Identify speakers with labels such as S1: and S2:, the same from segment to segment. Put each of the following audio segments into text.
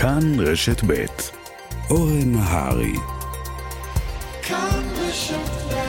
S1: כאן רשת ב' אורן נהרי.
S2: כאן רשת ב'.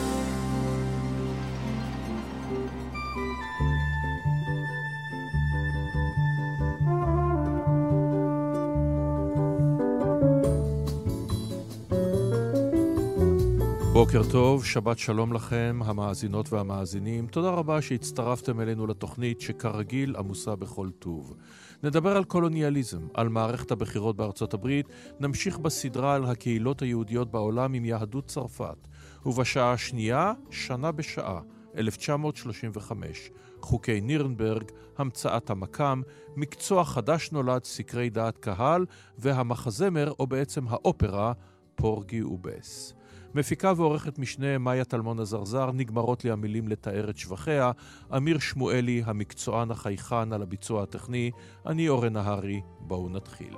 S3: בוקר טוב, שבת שלום לכם, המאזינות והמאזינים. תודה רבה שהצטרפתם אלינו לתוכנית שכרגיל עמוסה בכל טוב. נדבר על קולוניאליזם, על מערכת הבחירות בארצות הברית, נמשיך בסדרה על הקהילות היהודיות בעולם עם יהדות צרפת. ובשעה השנייה, שנה בשעה, 1935. חוקי נירנברג, המצאת המקם, מקצוע חדש נולד, סקרי דעת קהל, והמחזמר, או בעצם האופרה, פורגי ובס. מפיקה ועורכת משנה מאיה טלמון הזרזר, נגמרות לי המילים לתאר את שבחיה. אמיר שמואלי, המקצוען החייכן על הביצוע הטכני. אני אורן נהרי, בואו נתחיל.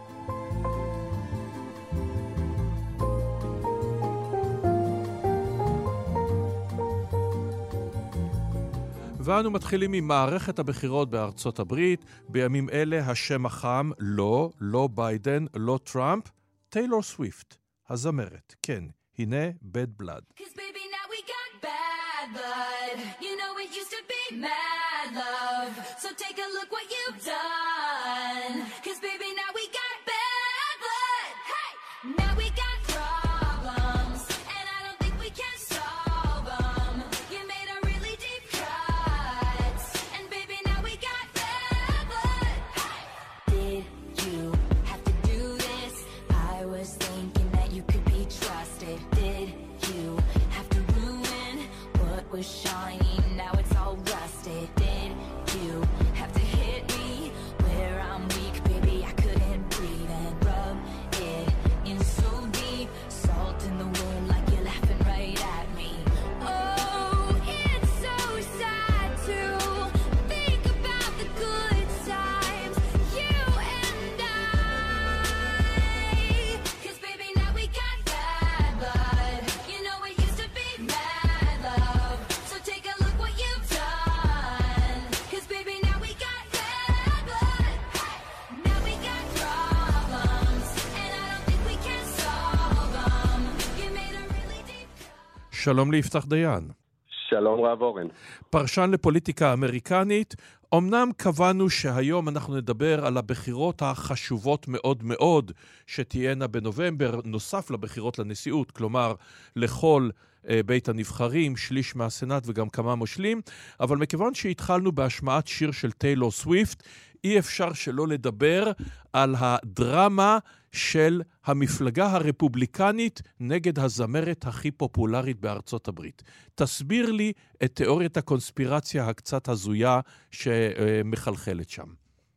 S3: ואנו מתחילים עם מערכת הבחירות בארצות הברית. בימים אלה השם החם, לא ביידן, לא טראמפ, טיילור סוויפט, הזמרת, כן. הנה Bad Blood.
S4: Cause baby now we got bad blood. You know it used to be mad love. So take a look what you've done. Cause baby now we got bad blood. Hey! Now we got problems. And I don't think we can solve them. You made a really deep cut. And baby now we got bad blood. Hey! Did you have to do this? I was thinking that you could be trusted. Did you have to ruin what was shiny? Now it's all rusted. Did you have to hit me where I'm weak? Baby, I couldn't breathe and rub it in so deep. Salt in the wound like you're laughing right at me. Oh, it's so sad to think about the good times, you and I. 'Cause baby, now we got bad blood. You know it used to be mad love. So take a look what you've done. 'Cause baby, now we got bad blood. Hey! Now we got problems. And I don't think we can solve them. You made a really deep cut.
S3: שלום ליפתח דיין.
S5: שלום רב אורן.
S3: פרשן לפוליטיקה אמריקנית. אמנם קבענו שהיום אנחנו נדבר על הבחירות החשובות מאוד מאוד שתהיינה בנובמבר, נוסף לבחירות לנשיאות, כלומר לכל בית הנבחרים, שליש מהסנאט וגם כמה מושלים, אבל מכיוון שהתחלנו בהשמעת שיר של טיילור סוויפט, אי אפשר שלא לדבר על הדרמה של המפלגה הרפובליקנית נגד הזמרת הכי פופולרית בארצות הברית. תסביר לי את תיאוריית הקונספירציה הקצת הזויה שמחלחלת שם.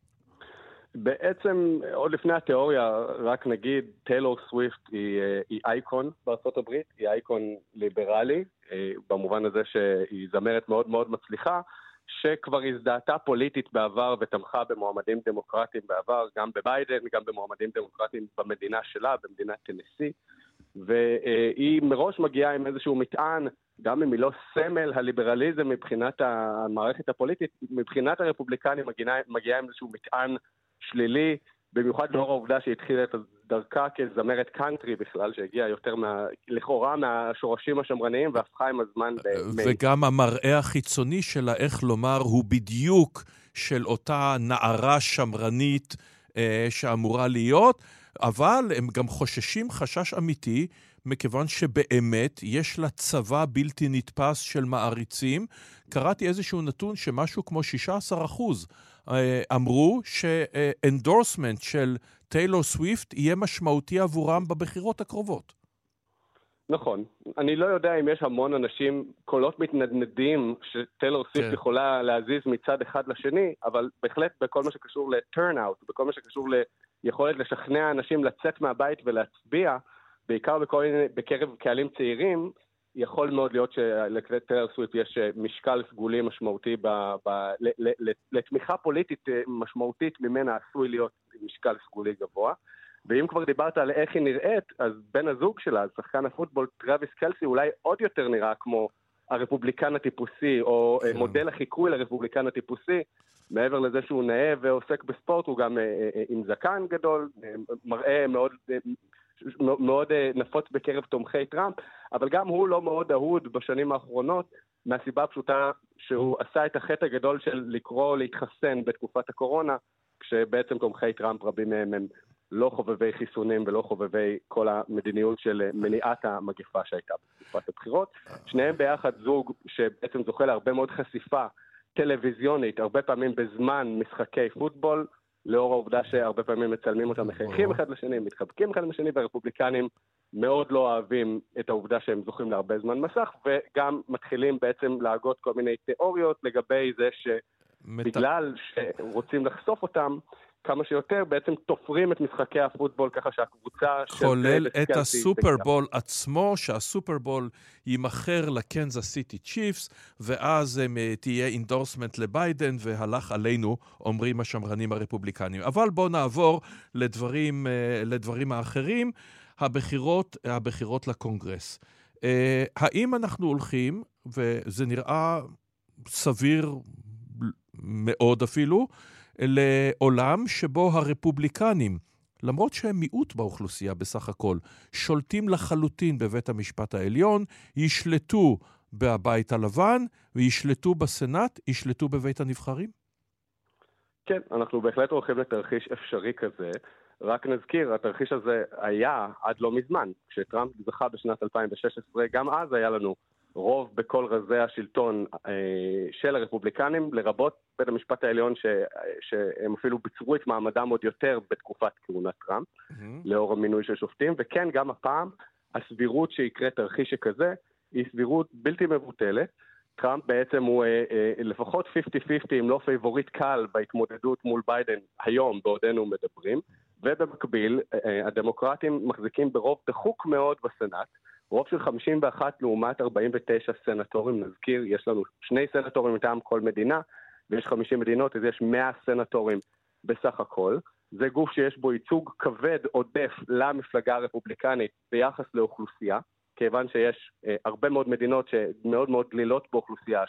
S5: בעצם, עוד לפני התיאוריה, רק נגיד, טיילור סוויפט היא אייקון בארצות הברית, היא אייקון ליברלי, במובן הזה שהיא זמרת מאוד מאוד מצליחה, שכבר הזדהתה פוליטית בעבר ותמכה במועמדים דמוקרטיים בעבר, גם בביידן, גם במועמדים דמוקרטיים במדינה שלה, במדינת טנסי, והיא מראש מגיעה עם איזשהו מטען, גם אם היא לא סמל הליברליזם מבחינת המערכת הפוליטית, מבחינת הרפובליקנים מגיעה עם איזשהו מטען שלילי, במיוחד לאור העובדה שהתחילה את דרכה כזמרת קאנטרי בכלל, שהגיעה יותר לכאורה מהשורשים השמרניים, והפכה עם הזמן
S3: וגם המראה החיצוני שלה, איך לומר, הוא בדיוק של אותה נערה שמרנית שאמורה להיות, אבל הם גם חוששים חשש אמיתי, מכיוון שבאמת יש לה צבא בלתי נתפס של מעריצים. קראתי איזשהו נתון שמשהו כמו 16% אמרו שאנדורסמנט של טיילור סוויפט יהיה משמעותי עבורם בבחירות הקרובות.
S5: נכון. אני לא יודע אם יש המון אנשים, קולות מתנדנדים שטיילור סוויפט יכולה להזיז מצד אחד לשני, אבל בהחלט בכל מה שקשור ל-turnout, בכל מה שקשור ליכולת לשכנע אנשים לצאת מהבית ולהצביע, בעיקר בקרב קהלים צעירים, יכול מאוד להיות שלטיילור סוויפט יש משקל סגולי משמעותי, לתמיכה פוליטית משמעותית ממנה עשוי להיות משקל סגולי גבוה. ואם כבר דיברת על איך היא נראית, אז בן הזוג שלה, שחקן הפוטבול טראביס קלסי, אולי עוד יותר נראה כמו הרפובליקן הטיפוסי, או מודל החיקוי לרפובליקן הטיפוסי, מעבר לזה שהוא נאה ועוסק בספורט, הוא גם עם זקן גדול, מראה מאוד נפוץ בקרב תומכי טראמפ, אבל גם הוא לא מאוד אהוד בשנים האחרונות, מהסיבה הפשוטה שהוא עשה את החטא הגדול של לקרוא להתחסן בתקופת הקורונה, כשבעצם תומכי טראמפ רבים מהם הם לא חובבי חיסונים ולא חובבי כל המדיניות של מניעת המגפה שהייתה בתקופת הבחירות. שניהם ביחד זוג שבעצם זוכה להרבה מאוד חשיפה טלוויזיונית, הרבה פעמים בזמן משחקי פוטבול, לאור העובדה שהרבה פעמים מצלמים אותם מחייכים אחד לשני, מתחבקים אחד לשני, והרפובליקנים מאוד לא אוהבים את העובדה שהם זוכים להרבה זמן מסך, וגם מתחילים בעצם להגות כל מיני תיאוריות לגבי זה שבגלל שרוצים לחשוף אותם כמה שיותר, בעצם תופרים את משחקי הפוטבול ככה שהקבוצה...
S3: כולל את הסופרבול עצמו, שהסופרבול יימחר לקנזס סיטי צ'יפס, ואז תהיה אינדורסמנט לביידן, והלך עלינו, אומרים השמרנים הרפובליקנים. אבל בואו נעבור לדברים האחרים, הבחירות לקונגרס. האם אנחנו הולכים, וזה נראה סביר מאוד אפילו, לעולם שבו הרפובליקנים, למרות שהם מיעוט באוכלוסייה בסך הכל, שולטים לחלוטין בבית המשפט העליון, ישלטו בבית הלבן, וישלטו בסנאט, ישלטו בבית הנבחרים?
S5: כן, אנחנו בהחלט הולכים לתרחיש אפשרי כזה. רק נזכיר, התרחיש הזה היה עד לא מזמן. כשטראמפ זכה בשנת 2016, גם אז היה לנו רוב בכל רזי השלטון של הרפובליקנים, לרבות בית המשפט העליון שהם אפילו ביצרו את מעמדם עוד יותר בתקופת כהונת טראמפ, לאור המינוי של שופטים, וכן גם הפעם הסבירות שיקרה תרחיש שכזה היא סבירות בלתי מבוטלת. טראמפ בעצם הוא לפחות 50-50, אם לא פייבוריט קל בהתמודדות מול ביידן היום בעודנו מדברים, ובמקביל הדמוקרטים מחזיקים ברוב דחוק מאוד בסנאט, רוב של 51 לעומת 49 סנטורים, נזכיר, יש לנו 2 סנטורים מטעם כל מדינה, ויש 50 מדינות, אז יש 100 סנטורים בסך הכל. זה גוף שיש בו ייצוג כבד עודף למפלגה הרפובליקנית ביחס לאוכלוסייה, כיוון שיש הרבה מאוד מדינות שמאוד מאוד דלילות באוכלוסייה,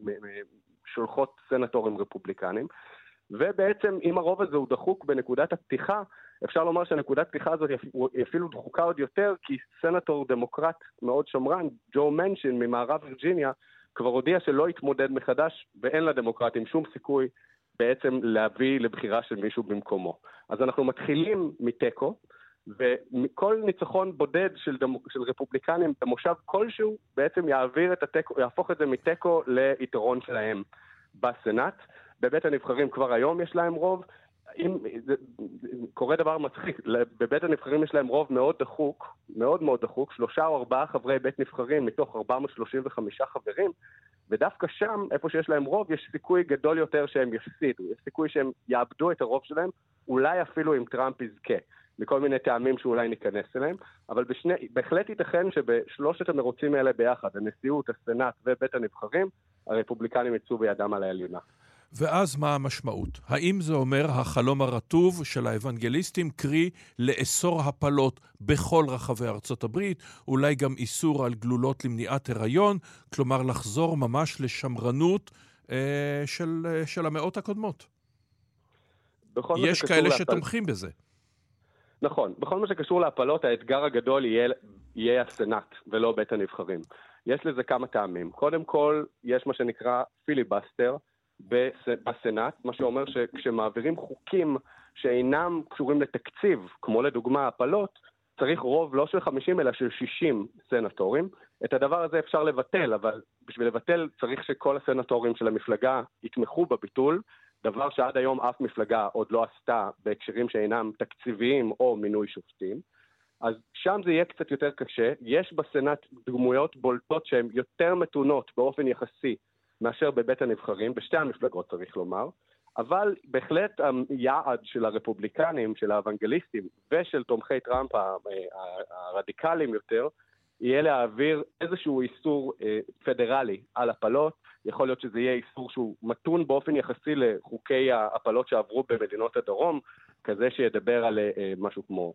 S5: ששולחות סנטורים רפובליקנים, ובעצם אם הרוב הזה הוא דחוק בנקודת הפתיחה, אפשר לומר שהנקודת פתיחה הזאת היא אפילו דחוקה עוד יותר, כי סנטור דמוקרט מאוד שמרן, ג'ו מנשין ממערב וירג'יניה, כבר הודיע שלא יתמודד מחדש, ואין לדמוקרטים שום סיכוי בעצם להביא לבחירה של מישהו במקומו. אז אנחנו מתחילים מטקו, וכל ניצחון בודד של רפובליקנים במושב כלשהו, בעצם יהפוך את זה מטקו ליתרון שלהם בסנאט. בבית הנבחרים כבר היום יש להם רוב, אם קורה דבר מצחיק, בבית הנבחרים יש להם רוב מאוד דחוק, מאוד מאוד דחוק, 3 או 4 חברי בית נבחרים מתוך 435 חברים, ודווקא שם, איפה שיש להם רוב, יש סיכוי גדול יותר שהם יפסידו, יש סיכוי שהם יאבדו את הרוב שלהם, אולי אפילו אם טראמפ יזכה, מכל מיני טעמים שאולי ניכנס אליהם, אבל בהחלט ייתכן שבשלושת המרוצים האלה ביחד, הנשיאות, הסנאט ובית הנבחרים, הרפובליקנים יצאו בידם על העליונה.
S3: ואז מה המשמעות? האם זה אומר החלום הרטוב של האבנגליסטים, קרי לאסור הפלות בכל רחבי ארצות הברית, אולי גם איסור על גלולות למניעת הריון, כלומר לחזור ממש לשמרנות של המאות הקודמות? יש כאלה שתומכים בזה.
S5: נכון, בכל מה שקשור להפלות, האתגר הגדול יהיה הסנאט ולא בית הנבחרים. יש לזה כמה טעמים. קודם כל, יש מה שנקרא פיליבסטר, בסנאט, מה שאומר שכשמעבירים חוקים שאינם קשורים לתקציב, כמו לדוגמה הפלות, צריך רוב לא של 50 אלא של 60 סנטורים. את הדבר הזה אפשר לבטל, אבל בשביל לבטל צריך שכל הסנטורים של המפלגה יתמכו בביטול, דבר שעד היום אף מפלגה עוד לא עשתה בהקשרים שאינם תקציביים או מינוי שופטים. אז שם זה יהיה קצת יותר קשה. יש בסנאט דמויות בולטות שהן יותר מתונות באופן יחסי מאשר בבית הנבחרים, בשתי המפלגות צריך לומר, אבל בהחלט היעד של הרפובליקנים, של האבנגליסטים ושל תומכי טראמפ הרדיקליים יותר, יהיה להעביר איזשהו איסור פדרלי על הפלות. יכול להיות שזה יהיה איסור שהוא מתון באופן יחסי לחוקי ההפלות שעברו במדינות הדרום, כזה שידבר על משהו כמו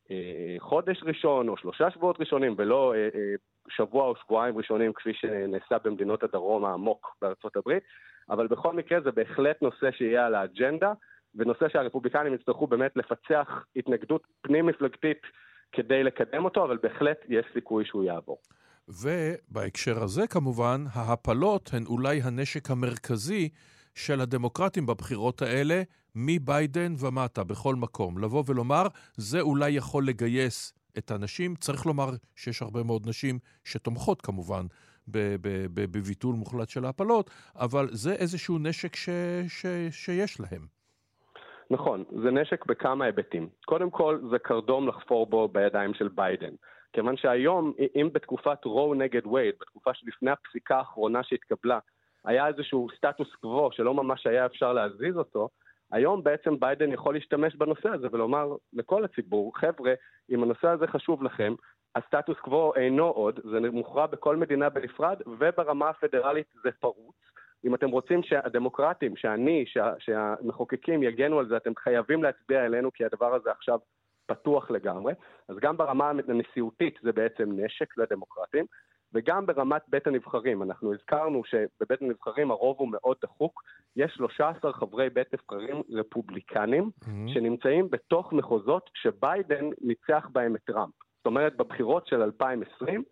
S5: חודש ראשון או 3 שבועות ראשונים, ולא שבוע או שבועיים ראשונים כפי שנעשה במדינות הדרום העמוק בארצות הברית, אבל בכל מקרה זה בהחלט נושא שיהיה על האג'נדה, ונושא שהרפובליקנים יצטרכו באמת לפצח התנגדות פנים מפלגתית כדי לקדם אותו, אבל בהחלט יש סיכוי שהוא יעבור.
S3: ובהקשר הזה כמובן, ההפלות הן אולי הנשק המרכזי של הדמוקרטים בבחירות האלה, מביידן ומטה, בכל מקום. לבוא ולומר, זה אולי יכול לגייס את האנשים. צריך לומר שיש הרבה מאוד נשים שתומכות כמובן בביטול מוחלט של ההפלות, אבל זה איזשהו נשק שיש להם.
S5: נכון, זה נשק בכמה היבטים. קודם כל, זה קרדום לחפור בו בידיים של ביידן. כיוון שהיום, אם בתקופת רו נגד וייד, בתקופה שלפני הפסיקה האחרונה שהתקבלה, היה איזשהו סטטוס קוו שלא ממש היה אפשר להזיז אותו, היום בעצם ביידן יכול להשתמש בנושא הזה ולומר לכל הציבור, חבר'ה, אם הנושא הזה חשוב לכם, הסטטוס קוו אינו עוד, זה מוכרע בכל מדינה בנפרד, וברמה הפדרלית זה פרוץ. אם אתם רוצים שהדמוקרטים, שהמחוקקים יגנו על זה, אתם חייבים להצביע אלינו, כי הדבר הזה עכשיו פתוח לגמרי. אז גם ברמה הנשיאותית זה בעצם נשק לדמוקרטים, וגם ברמת בית הנבחרים. אנחנו הזכרנו שבבית הנבחרים הרוב הוא מאוד דחוק, יש 13 חברי בית נבחרים רפובליקנים, שנמצאים בתוך מחוזות שביידן ניצח בהם את טראמפ. זאת אומרת, בבחירות של 2020,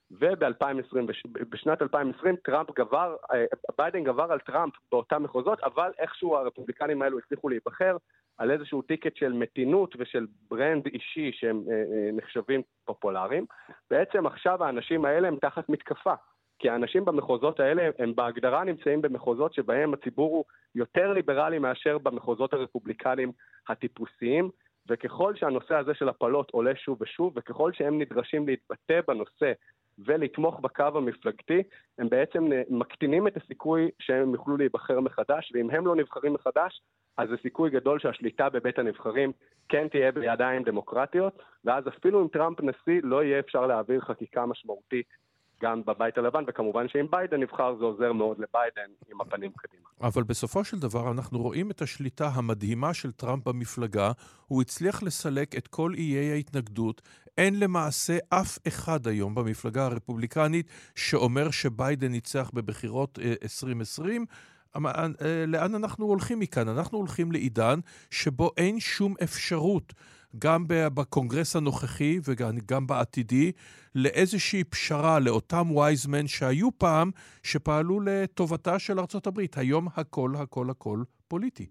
S5: ובשנת 2020 ביידן גבר על טראמפ באותם מחוזות, אבל איכשהו הרפובליקנים האלו הצליחו להיבחר על איזשהו טיקט של מתינות ושל ברנד אישי שהם נחשבים פופולריים. בעצם עכשיו האנשים האלה הם תחת מתקפה, כי האנשים במחוזות האלה הם בהגדרה נמצאים במחוזות שבהם הציבור הוא יותר ליברלי מאשר במחוזות הרפובליקנים הטיפוסיים, וככל שהנושא הזה של הפלות עולה שוב ושוב, וככל שהם נדרשים להתבטא בנושא ולתמוך בקו המפלגתי, הם בעצם מקטינים את הסיכוי שהם יוכלו להיבחר מחדש, ואם הם לא נבחרים מחדש, אז זה סיכוי גדול שהשליטה בבית הנבחרים כן תהיה בידיים דמוקרטיות, ואז אפילו אם טראמפ נשיא לא יהיה אפשר להעביר חקיקה משמעותית גם בבית הלבן, וכמובן שאם ביידן נבחר זה עוזר מאוד לביידן עם הפנים קדימה.
S3: אבל בסופו של דבר אנחנו רואים את השליטה המדהימה של טראמפ במפלגה, הוא הצליח לסלק את כל איי ההתנגדות, אין למעשה אף אחד היום במפלגה הרפובליקנית שאומר שביידן ניצח בבחירות 2020, לאן אנחנו הולכים מכאן? אנחנו הולכים לעידן שבו אין שום אפשרות, גם בקונגרס הנוכחי וגם בעתידי, לאיזושהי פשרה לאותם וייזמן שהיו פעם שפעלו לטובתה של ארצות הברית. היום הכל פוליטי.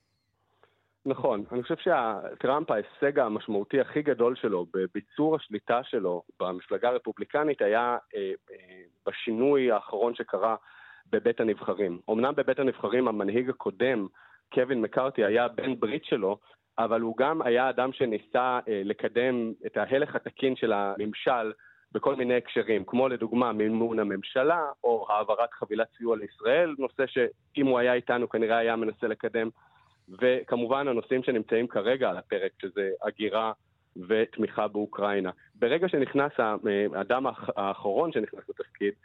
S5: נכון, אני חושב שהטראמפ ההישג המשמעותי הכי גדול שלו בביצור השליטה שלו במפלגה הרפובליקנית היה בשינוי האחרון שקרה בבית הנבחרים. אמנם בבית הנבחרים המנהיג הקודם, קווין מקארתי, היה בן ברית שלו, אבל הוא גם היה אדם שניסה לקדם את ההלך התקין של הממשל בכל מיני הקשרים, כמו לדוגמה מימון הממשלה או העברת חבילת סיוע לישראל, נושא שאם הוא היה איתנו כנראה היה מנסה לקדם, וכמובן הנושאים שנמצאים כרגע על הפרק, שזה הגירה ותמיכה באוקראינה. ברגע שנכנס האדם האחרון שנכנס לתפקיד,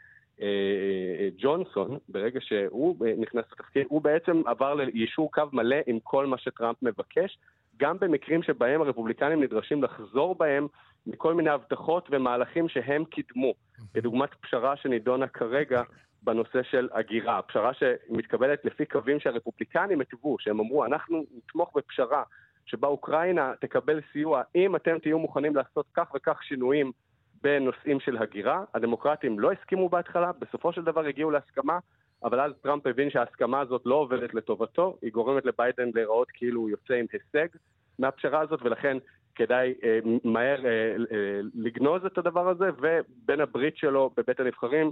S5: ג'ונסון, ברגע שהוא נכנס לתפקיד, הוא בעצם עבר ליישור קו מלא עם כל מה שטראמפ מבקש, גם במקרים שבהם הרפובליקנים נדרשים לחזור בהם מכל מיני הבטחות ומהלכים שהם קידמו. כדוגמת פשרה שנידונה כרגע בנושא של הגירה, פשרה שמתקבלת לפי קווים שהרפובליקנים התוו, שהם אמרו, אנחנו נתמוך בפשרה שבה אוקראינה תקבל סיוע, אם אתם תהיו מוכנים לעשות כך וכך שינויים בנושאים של הגירה. הדמוקרטים לא הסכימו בהתחלה, בסופו של דבר הגיעו להסכמה, אבל אז טראמפ הבין שההסכמה הזאת לא עובדת לטובתו, היא גורמת לביידן להיראות כאילו הוא יוצא עם הישג מהפשרה הזאת, ולכן כדאי מהר לגנוז את הדבר הזה, ובין הברית שלו בבית הנבחרים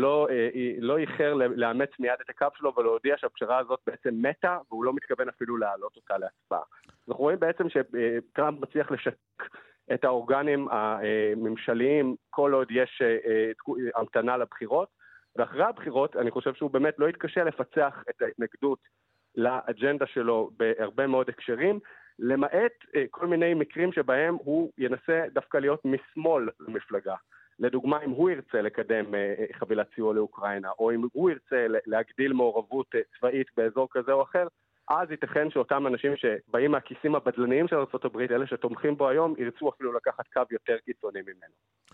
S5: לא איחר לאמץ מיד את הקו שלו ולהודיע שהפשרה הזאת בעצם מתה, והוא לא מתכוון אפילו להעלות אותה להצבעה. אנחנו רואים בעצם שטראמפ מצליח לשתק את האורגנים הממשליים כל עוד יש המתנה לבחירות, ואחרי הבחירות אני חושב שהוא באמת לא יתקשה לפצח את ההתנגדות לאג'נדה שלו בהרבה מאוד הקשרים, למעט כל מיני מקרים שבהם הוא ינסה דווקא להיות משמאל למפלגה. לדוגמה, אם הוא ירצה לקדם חבילת סיוע לאוקראינה, או אם הוא ירצה להגדיל מעורבות צבאית באזור כזה או אחר, אז ייתכן שאותם אנשים שבאים מהכיסים הבדלניים של ארצות הברית, אלה שתומכים בו היום, ירצו אפילו לקחת קו יותר קיצוני ממנו.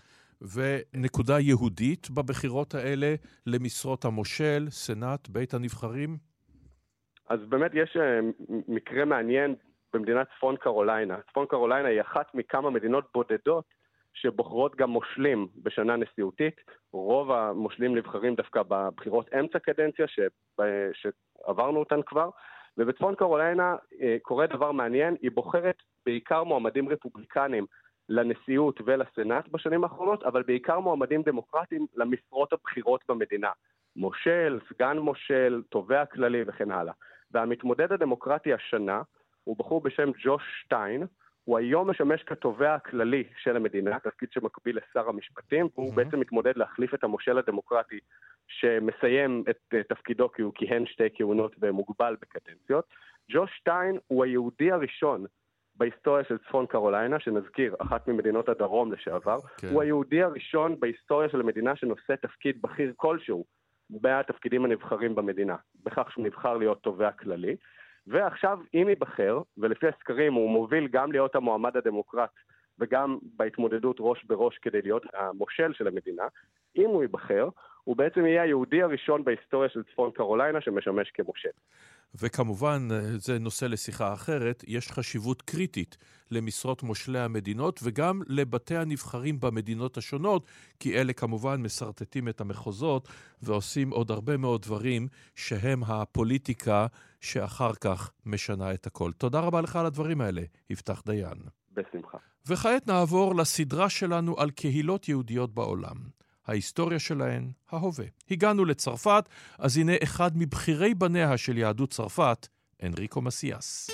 S3: ונקודה יהודית בבחירות האלה למשרות המושל, סנאט, בית הנבחרים?
S5: אז באמת יש מקרה מעניין במדינת צפון קרוליינה. צפון קרוליינה היא אחת מכמה מדינות בודדות שבוחרות גם מושלים בשנה נשיאותית. רוב המושלים נבחרים דווקא בבחירות אמצע קדנציה שעברנו אותן כבר. ובצפון קרוליינה קורה דבר מעניין, היא בוחרת בעיקר מועמדים רפובליקנים לנשיאות ולסנאט בשנים האחרונות, אבל בעיקר מועמדים דמוקרטיים למשרות הבחירות במדינה. מושל, סגן מושל, תובע כללי וכן הלאה. והמתמודד הדמוקרטי השנה הוא בחור בשם ג'וש שטיין, הוא היום משמש כתובע הכללי של המדינה, תפקיד שמקביל לשר המשפטים, והוא בעצם מתמודד להחליף את המושל הדמוקרטי שמסיים את תפקידו כי הוא כיהן 2 כהונות ומוגבל בקדנציות. ג'וש שטיין הוא היהודי הראשון בהיסטוריה של צפון קרוליינה, שנזכיר, אחת ממדינות הדרום לשעבר, הוא היהודי הראשון בהיסטוריה של המדינה שנושא תפקיד בכיר כלשהו בתפקידים הנבחרים במדינה, בכך שהוא נבחר להיות תובע כללי. ועכשיו, אם ייבחר, ולפי הסקרים הוא מוביל גם להיות המועמד הדמוקרט, וגם בהתמודדות ראש בראש כדי להיות המושל של המדינה, אם הוא ייבחר, הוא בעצם יהיה היהודי הראשון בהיסטוריה של צפון קרוליינה שמשמש כמושל.
S3: וכמובן, זה נושא לשיחה אחרת, יש חשיבות קריטית למשרות מושלי המדינות וגם לבתי הנבחרים במדינות השונות, כי אלה כמובן מסרטטים את המחוזות ועושים עוד הרבה מאוד דברים שהם הפוליטיקה שאחר כך משנה את הכל. תודה רבה לך על הדברים האלה, יפתח דיין.
S5: בשמחה.
S3: וכעת נעבור לסדרה שלנו על קהילות יהודיות בעולם. ההיסטוריה שלהן, ההווה. הגענו לצרפת, אז הנה אחד מבחירי בניה של יהדות צרפת, אנריקו מסיאס.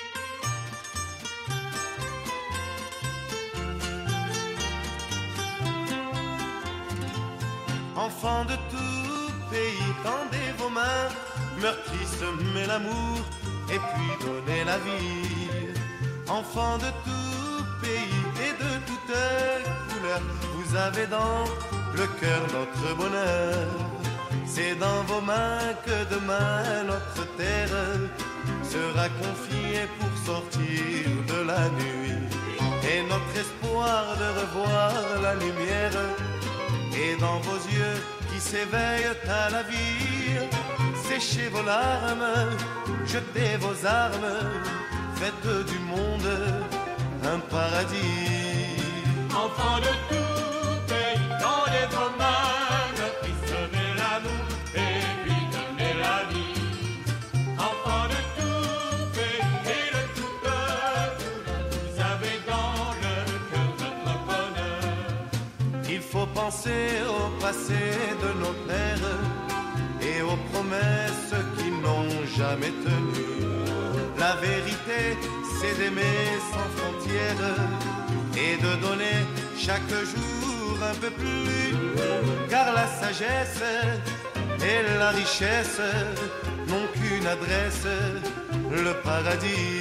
S6: Enfants de tout pays, tendez vos mains, meurtris, semez l'amour, et puis donnez la vie. Enfants de tout pays et de toute couleur, vous avez dans le cœur notre bonheur. C'est dans vos mains que demain notre terre sera confiée pour sortir de la nuit. Et notre espoir de revoir la lumière est dans vos yeux qui s'éveillent à la vie. Séchez vos larmes, jetez vos armes, faites du monde un paradis.
S2: Enfants de tout pays, tendez vos mains, meurtris, semez l'amour, et puis donnez la vie. Enfants de tout pays et de toute couleur, vous avez dans le cœur notre bonheur.
S6: Il faut penser au passé de nos pères et aux promesses qui n'ont jamais tenu. La vérité, c'est d'aimer sans frontières et de donner chaque jour un peu plus, car la sagesse et la richesse n'ont qu'une adresse, le paradis.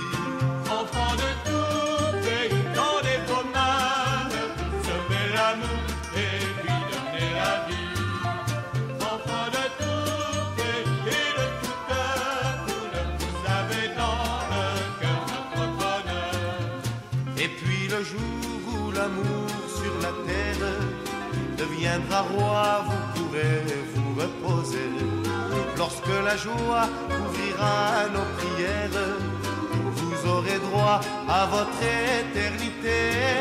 S2: Enfants de tout pays, tendez vos mains, semez l'amour et puis donnez la vie. Enfants de tout pays et de toute couleur, vous avez dans le cœur notre bonheur.
S6: Et puis le jour où l'amour sur la terre deviendra roi, vous pourrez vous reposer. Lorsque la joie couvrira nos prières, vous aurez droit à votre éternité.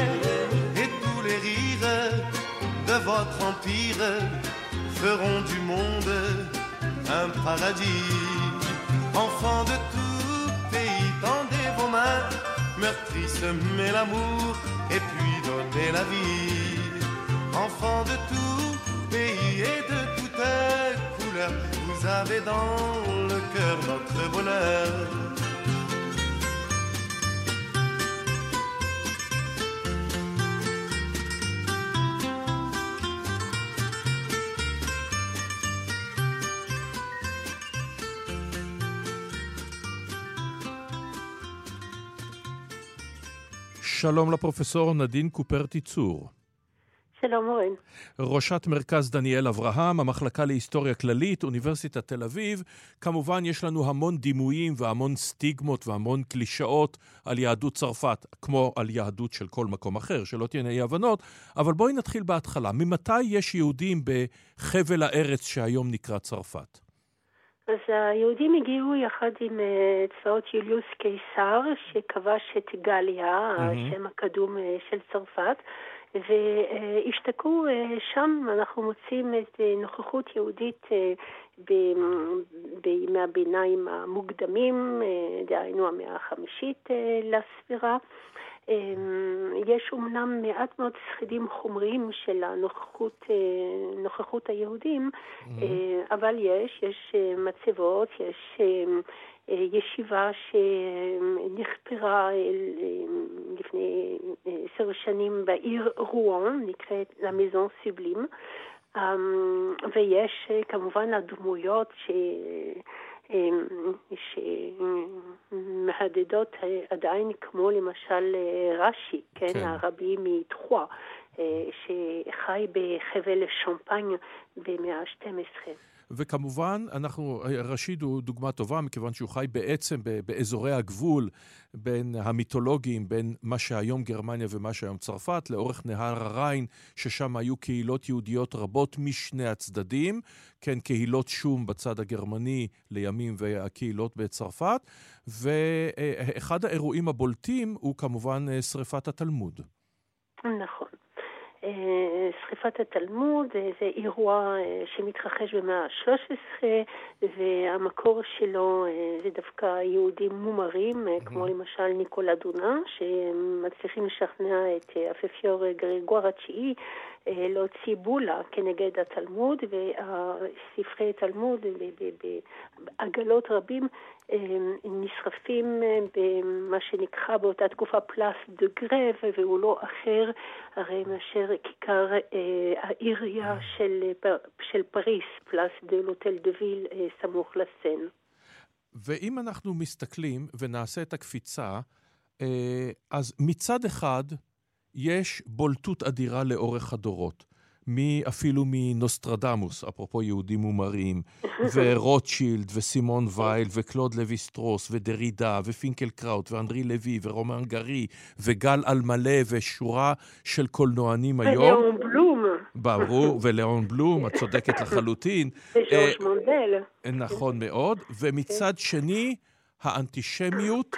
S6: Et tous les rires de votre empire feront du monde un paradis. Enfants de tout pays, tendez vos mains, meurtris, semez l'amour, et puis donnez la vie. Enfants de tout pays et de toute couleur, vous avez dans le cœur notre bonheur.
S3: שלום לפרופסור נדין קופרטי צור.
S7: שלום אורן.
S3: ראשת מרכז דניאל אברהם, המחלקה להיסטוריה כללית, אוניברסיטת תל אביב. כמובן יש לנו המון דימויים והמון סטיגמות והמון קלישאות על יהדות צרפת, כמו על יהדות של כל מקום אחר, שלא תהיינה אי הבנות, אבל בואי נתחיל בהתחלה. ממתי יש יהודים בחבל הארץ שהיום נקרא צרפת?
S7: אז היהודים הגיעו יחד עם צבאות יוליוס קיסר, שכבש את גליה, השם הקדום של צרפת, והשתקעו שם. אנחנו מוצאים את נוכחות יהודית בימי הביניים המוקדמים, דהיינו המאה החמישית לספירה. יש אומנם מעט מאוד שרידים חומריים של נוכחות היהודים, אבל יש מצבות, יש ישיבה שנחפרה לפני 10 שנים בעיר רואן, נקראת La Maison Sublime, ויש כמובן הדמויות שמהדדות עדיין, כמו למשל רש"י, כן, הרבי מטרואה, שחי בחבל שמפניה במאה ה-12.
S3: וכמובן, רש"י הוא דוגמה טובה, מכיוון שהוא חי בעצם באזורי הגבול בין המיתולוגיים, בין מה שהיום גרמניה ומה שהיום צרפת, לאורך נהר הריין, ששם היו קהילות יהודיות רבות משני הצדדים, כן, קהילות שום בצד הגרמני לימים והקהילות בצרפת, ואחד האירועים הבולטים הוא כמובן שריפת התלמוד.
S7: נכון. שריפת התלמוד זה אירוע שמתרחש במאה ה-13, והמקור שלו זה דווקא יהודים מומרים, כמו למשל ניקולה דונה, שמצליחים לשכנע את האפיפיור גרגואר התשיעי להוציא בולה כנגד התלמוד, וספרי תלמוד בעגלות רבים נשרפים במה שנקרא באותה תקופה פלאס דה גרב, והוא לא אחר הרי מאשר כיכר העירייה של פריס, פלאס דה לוטל דה ויל, סמוך לסן.
S3: ואם אנחנו מסתכלים ונעשה את הקפיצה, אז מצד אחד יש בולטות אדירה לאורך הדורות, אפילו מנוסטרדמוס, אפרופו יהודים מומרים, ורוטשילד, וסימון וייל, וקלוד לוי סטרוס, ודרידה, ופינקלקראוט, ואנדרי לוי, ורומן גרי, וגל אלמלא, ושורה של קולנוענים היום.
S7: ולאון בלום.
S3: ברור, ולאון בלום, את צודקת לחלוטין.
S7: וז'ורז' מונדל.
S3: נכון מאוד. ומצד שני, האנטישמיות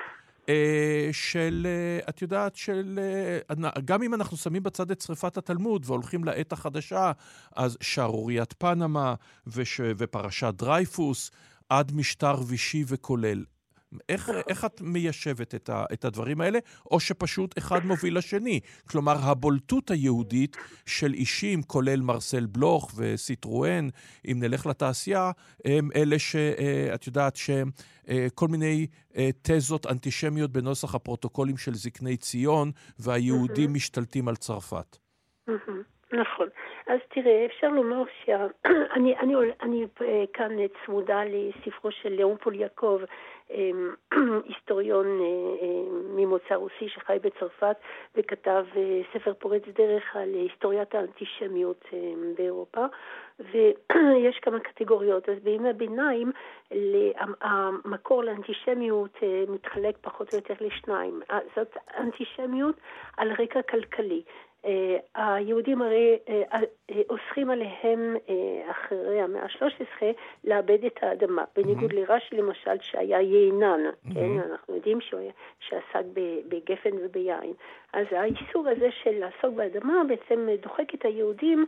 S3: את יודעת, גם אם אנחנו שמים בצד את שריפת התלמוד והולכים לעת החדשה, אז שערוריית פנמה ופרשת דרייפוס, עד משטר וישי וכולל. איך את מיישבת את הדברים האלה, או שפשוט אחד מוביל לשני? כלומר, הבולטות היהודית של אישים, כולל מרסל בלוך וסיטרואן, אם נלך לתעשייה, הם אלה שאת יודעת שכל מיני תזות אנטישמיות בנוסח הפרוטוקולים של זקני ציון, והיהודים משתלטים על צרפת.
S7: נכון. אז תראה, אפשר לומר אני כאן צמודה לספרו של ליאון פוליאקוב, היסטוריון ממוצא רוסי שחי בצרפת, וכתב ספר פורץ דרך על היסטוריית האנטישמיות באירופה, ויש כמה קטגוריות. אז בימי הביניים המקור לאנטישמיות מתחלק פחות או יותר לשניים. זאת אנטישמיות על רקע כלכלי. היהודים הרי אוסרים עליהם אחרי המאה ה-13 לאבד את האדמה, בניגוד לרש"י למשל שהיה יינן, כן? אנחנו יודעים שעסק בגפן וביין. אז האיסור הזה של לעסוק באדמה בעצם דוחק את היהודים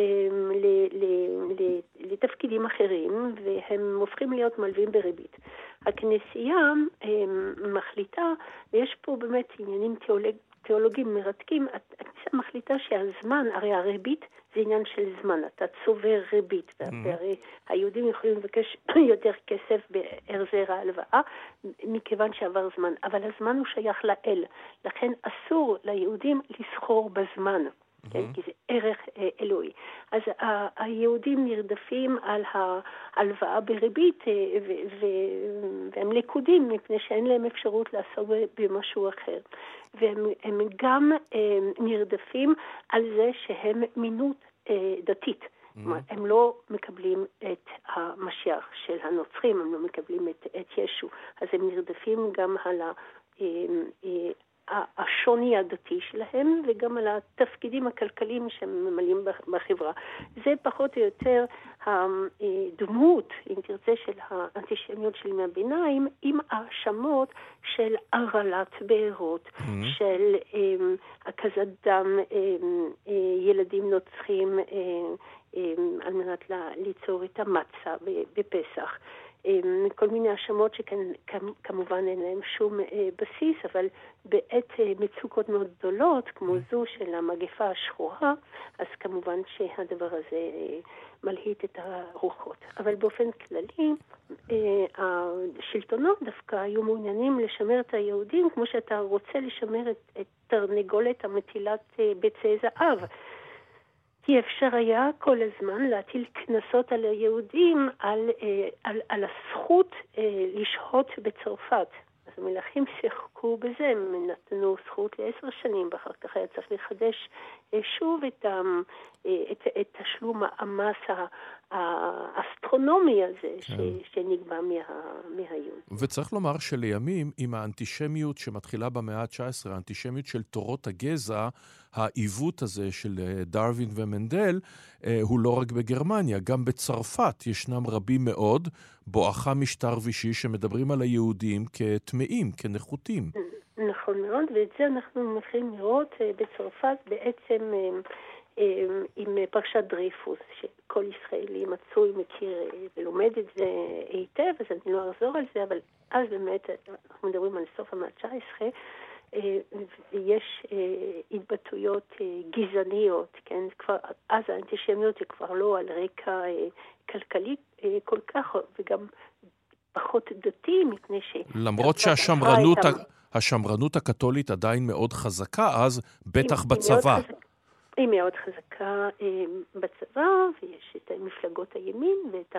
S7: לתפקידים אחרים, והם הופכים להיות מלווים בריבית. הכנסייה מחליטה, ויש פה באמת עניינים תיאולוגים מרתקים, הכנסייה מחליטה שהזמן, הרי הריבית זה עניין של זמן, אתה צובר ריבית, והרי היהודים יכולים לבקש יותר כסף בהחזר ההלוואה, מכיוון שעבר זמן, אבל הזמן הוא שייך לאל, לכן אסור ליהודים לסחור בזמן. כן? כי זה ערך אלוהי. אז היהודים נרדפים על ההלוואה בריבית, והם ליכודים מפני שאין להם אפשרות לעסוק במשהו אחר. והם גם נרדפים על זה שהם מינות דתית. הם לא מקבלים את המשיח של הנוצרים, הם לא מקבלים את ישו. אז הם נרדפים גם על השוני הדתי שלהם, וגם על התפקידים הכלכליים שהם ממלאים בחברה. זה פחות או יותר הדמות, אם תרצה, של האנטישמיות של ימי הביניים, עם האשמות של הרעלת בארות, של הקזת דם ילדים נוצרים, על מנת ליצור את המצה בפסח. כל מיני האשמות שכמובן אין להם שום בסיס, אבל בעת מצוקות מאוד גדולות, כמו זו של המגפה השחורה, אז כמובן שהדבר הזה מלהיט את הרוחות. אבל באופן כללי, השלטונות דווקא היו מעוניינים לשמר את היהודים, כמו שאתה רוצה לשמר את תרנגולת המטילת ביצי זהב. כי אפשר היה כל הזמן להטיל כנסות על היהודים על הזכות לשהות בצרפת. אז המלכים שיחקו בזה, הם נתנו זכות ל10 שנים, ואחר כך היה צריך לחדש שוב את תשלום המס האסטרונומי הזה שנקבע מהיום.
S3: וצריך לומר שלימים, עם האנטישמיות שמתחילה במאה ה-19, האנטישמיות של תורות הגזע, העיוות הזה של דרווין ומנדל, הוא לא רק בגרמניה, גם בצרפת ישנם רבים מאוד, בואכה משטר וישי שמדברים על היהודים כטמאים, כנחותים.
S7: נכון מאוד, ואת זה אנחנו מתחילים לראות בצרפת בעצם עם פרשת דרייפוס, שכל ישראלי מצוי, מכיר ולומד את זה היטב, אז אני לא אחזור על זה, אבל אז באמת אנחנו מדברים על סוף המאה ה-19, ויש התבטאויות גזעניות, כן? כבר, אז האנטישמיות היא כבר לא על רקע כלכלי כל כך, וגם פחות דתי, מפני ש...
S3: למרות שהשמרנות הקתולית עדיין מאוד חזקה, אז בטח בצבא.
S7: היא מאוד חזקה בצבא, ויש את מפלגות הימין ואת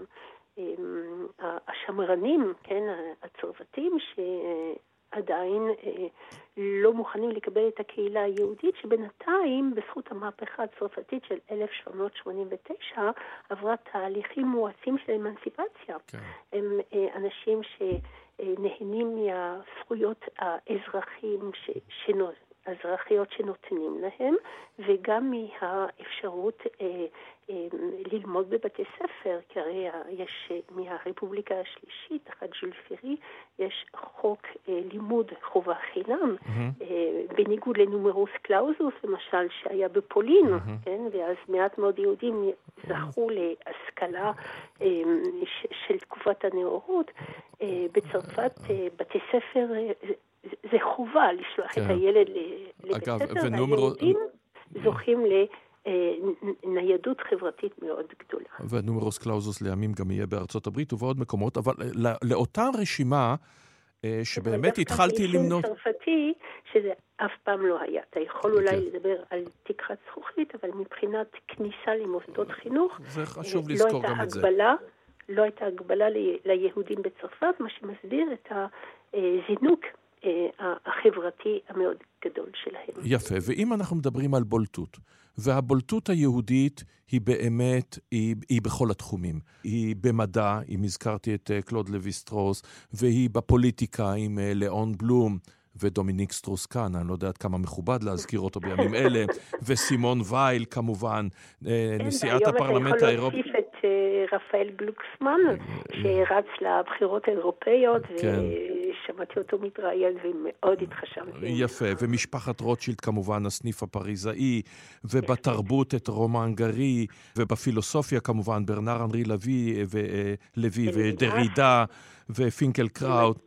S7: השמרנים, כן, הצרפתים, שעדיין לא מוכנים לקבל את הקהילה היהודית, שבינתיים, בזכות המהפכה הצרפתית של 1789, עברה תהליכים מואצים של אמנסיפציה. כן. הם אנשים שנהנים מהזכויות האזרחים האזרחיות שנותנים להם, וגם מהאפשרות ללמוד בבתי ספר, כי הרי יש מהרפובליקה השלישית, תחת ז'ול פרי, יש חוק לימוד חובה חינם, בניגוד לנומרוס קלאוזוס, למשל, שהיה בפולין, כן? ואז מעט מאוד יהודים זכו להשכלה של תקופת הנאורות. בצרפת בתי ספר זה חובה לשלוח את הילד לבית ספר, והילדים זוכים לניידות חברתית מאוד גדולה.
S3: ונומרוס קלאוזוס לימים גם יהיה בארצות הברית ובעוד מקומות, אבל לאותה רשימה שבאמת התחלתי למנות...
S7: צרפתי, שזה אף פעם לא היה. אתה יכול אולי לדבר על תקרת זכוכית, אבל מבחינת כניסה למוסדות חינוך,
S3: זה חשוב לזכור גם את זה.
S7: לא הייתה הגבלה ליהודים בצרפת, מה שמסביר את הזינוק החברתי המאוד גדול שלהם.
S3: יפה, ואם אנחנו מדברים על בולטות, והבולטות היהודית היא באמת, היא בכל התחומים. היא במדע, אם הזכרתי את קלוד לוי סטרוס, והיא בפוליטיקה עם ליאון בלום, ודומיניק סטרוס-קאן, אני לא יודעת כמה מכובד להזכיר אותו בימים אלה, וסימון וייל כמובן, נשיאת הפרלמנט האירופי.
S7: היום אתה יכול להוסיף את רפאל גלוקסמן, שרץ לבחירות האירופאיות, ושמעתי אותו מתראיין ומאוד התחשמתי.
S3: יפה, ומשפחת רוטשילד כמובן, הסניף הפריזאי, ובתרבות את רומן גרי, ובפילוסופיה כמובן, ברנר אנרי לוי ודרידה, ופינקל קראוט.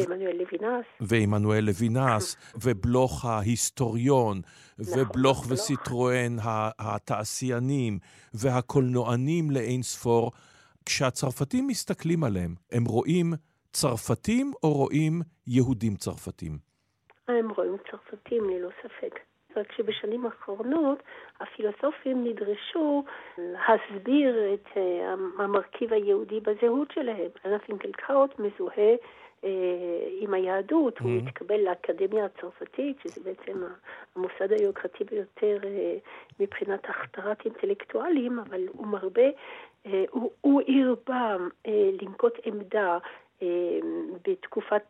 S3: ועמנואל לוינס, ובלוך ההיסטוריון, ובלוך וסיטרואן התעשיינים, והקולנוענים לאין ספור. כשהצרפתים מסתכלים עליהם, הם רואים צרפתים או רואים יהודים צרפתים?
S7: הם רואים צרפתים, ללא ספק. רק שבשנים האחרונות הפילוסופים נדרשו להסביר את המרכיב היהודי בזהות שלהם. אנה פינקלקראוט מזוהה עם היהדות, הוא התקבל לאקדמיה הצרפתית, שזה בעצם המוסד היוקרתי ביותר מבחינת הכתרת אינטלקטואלים, אבל הוא מרבה, הוא הרבה לנקוט עמדה בתקופת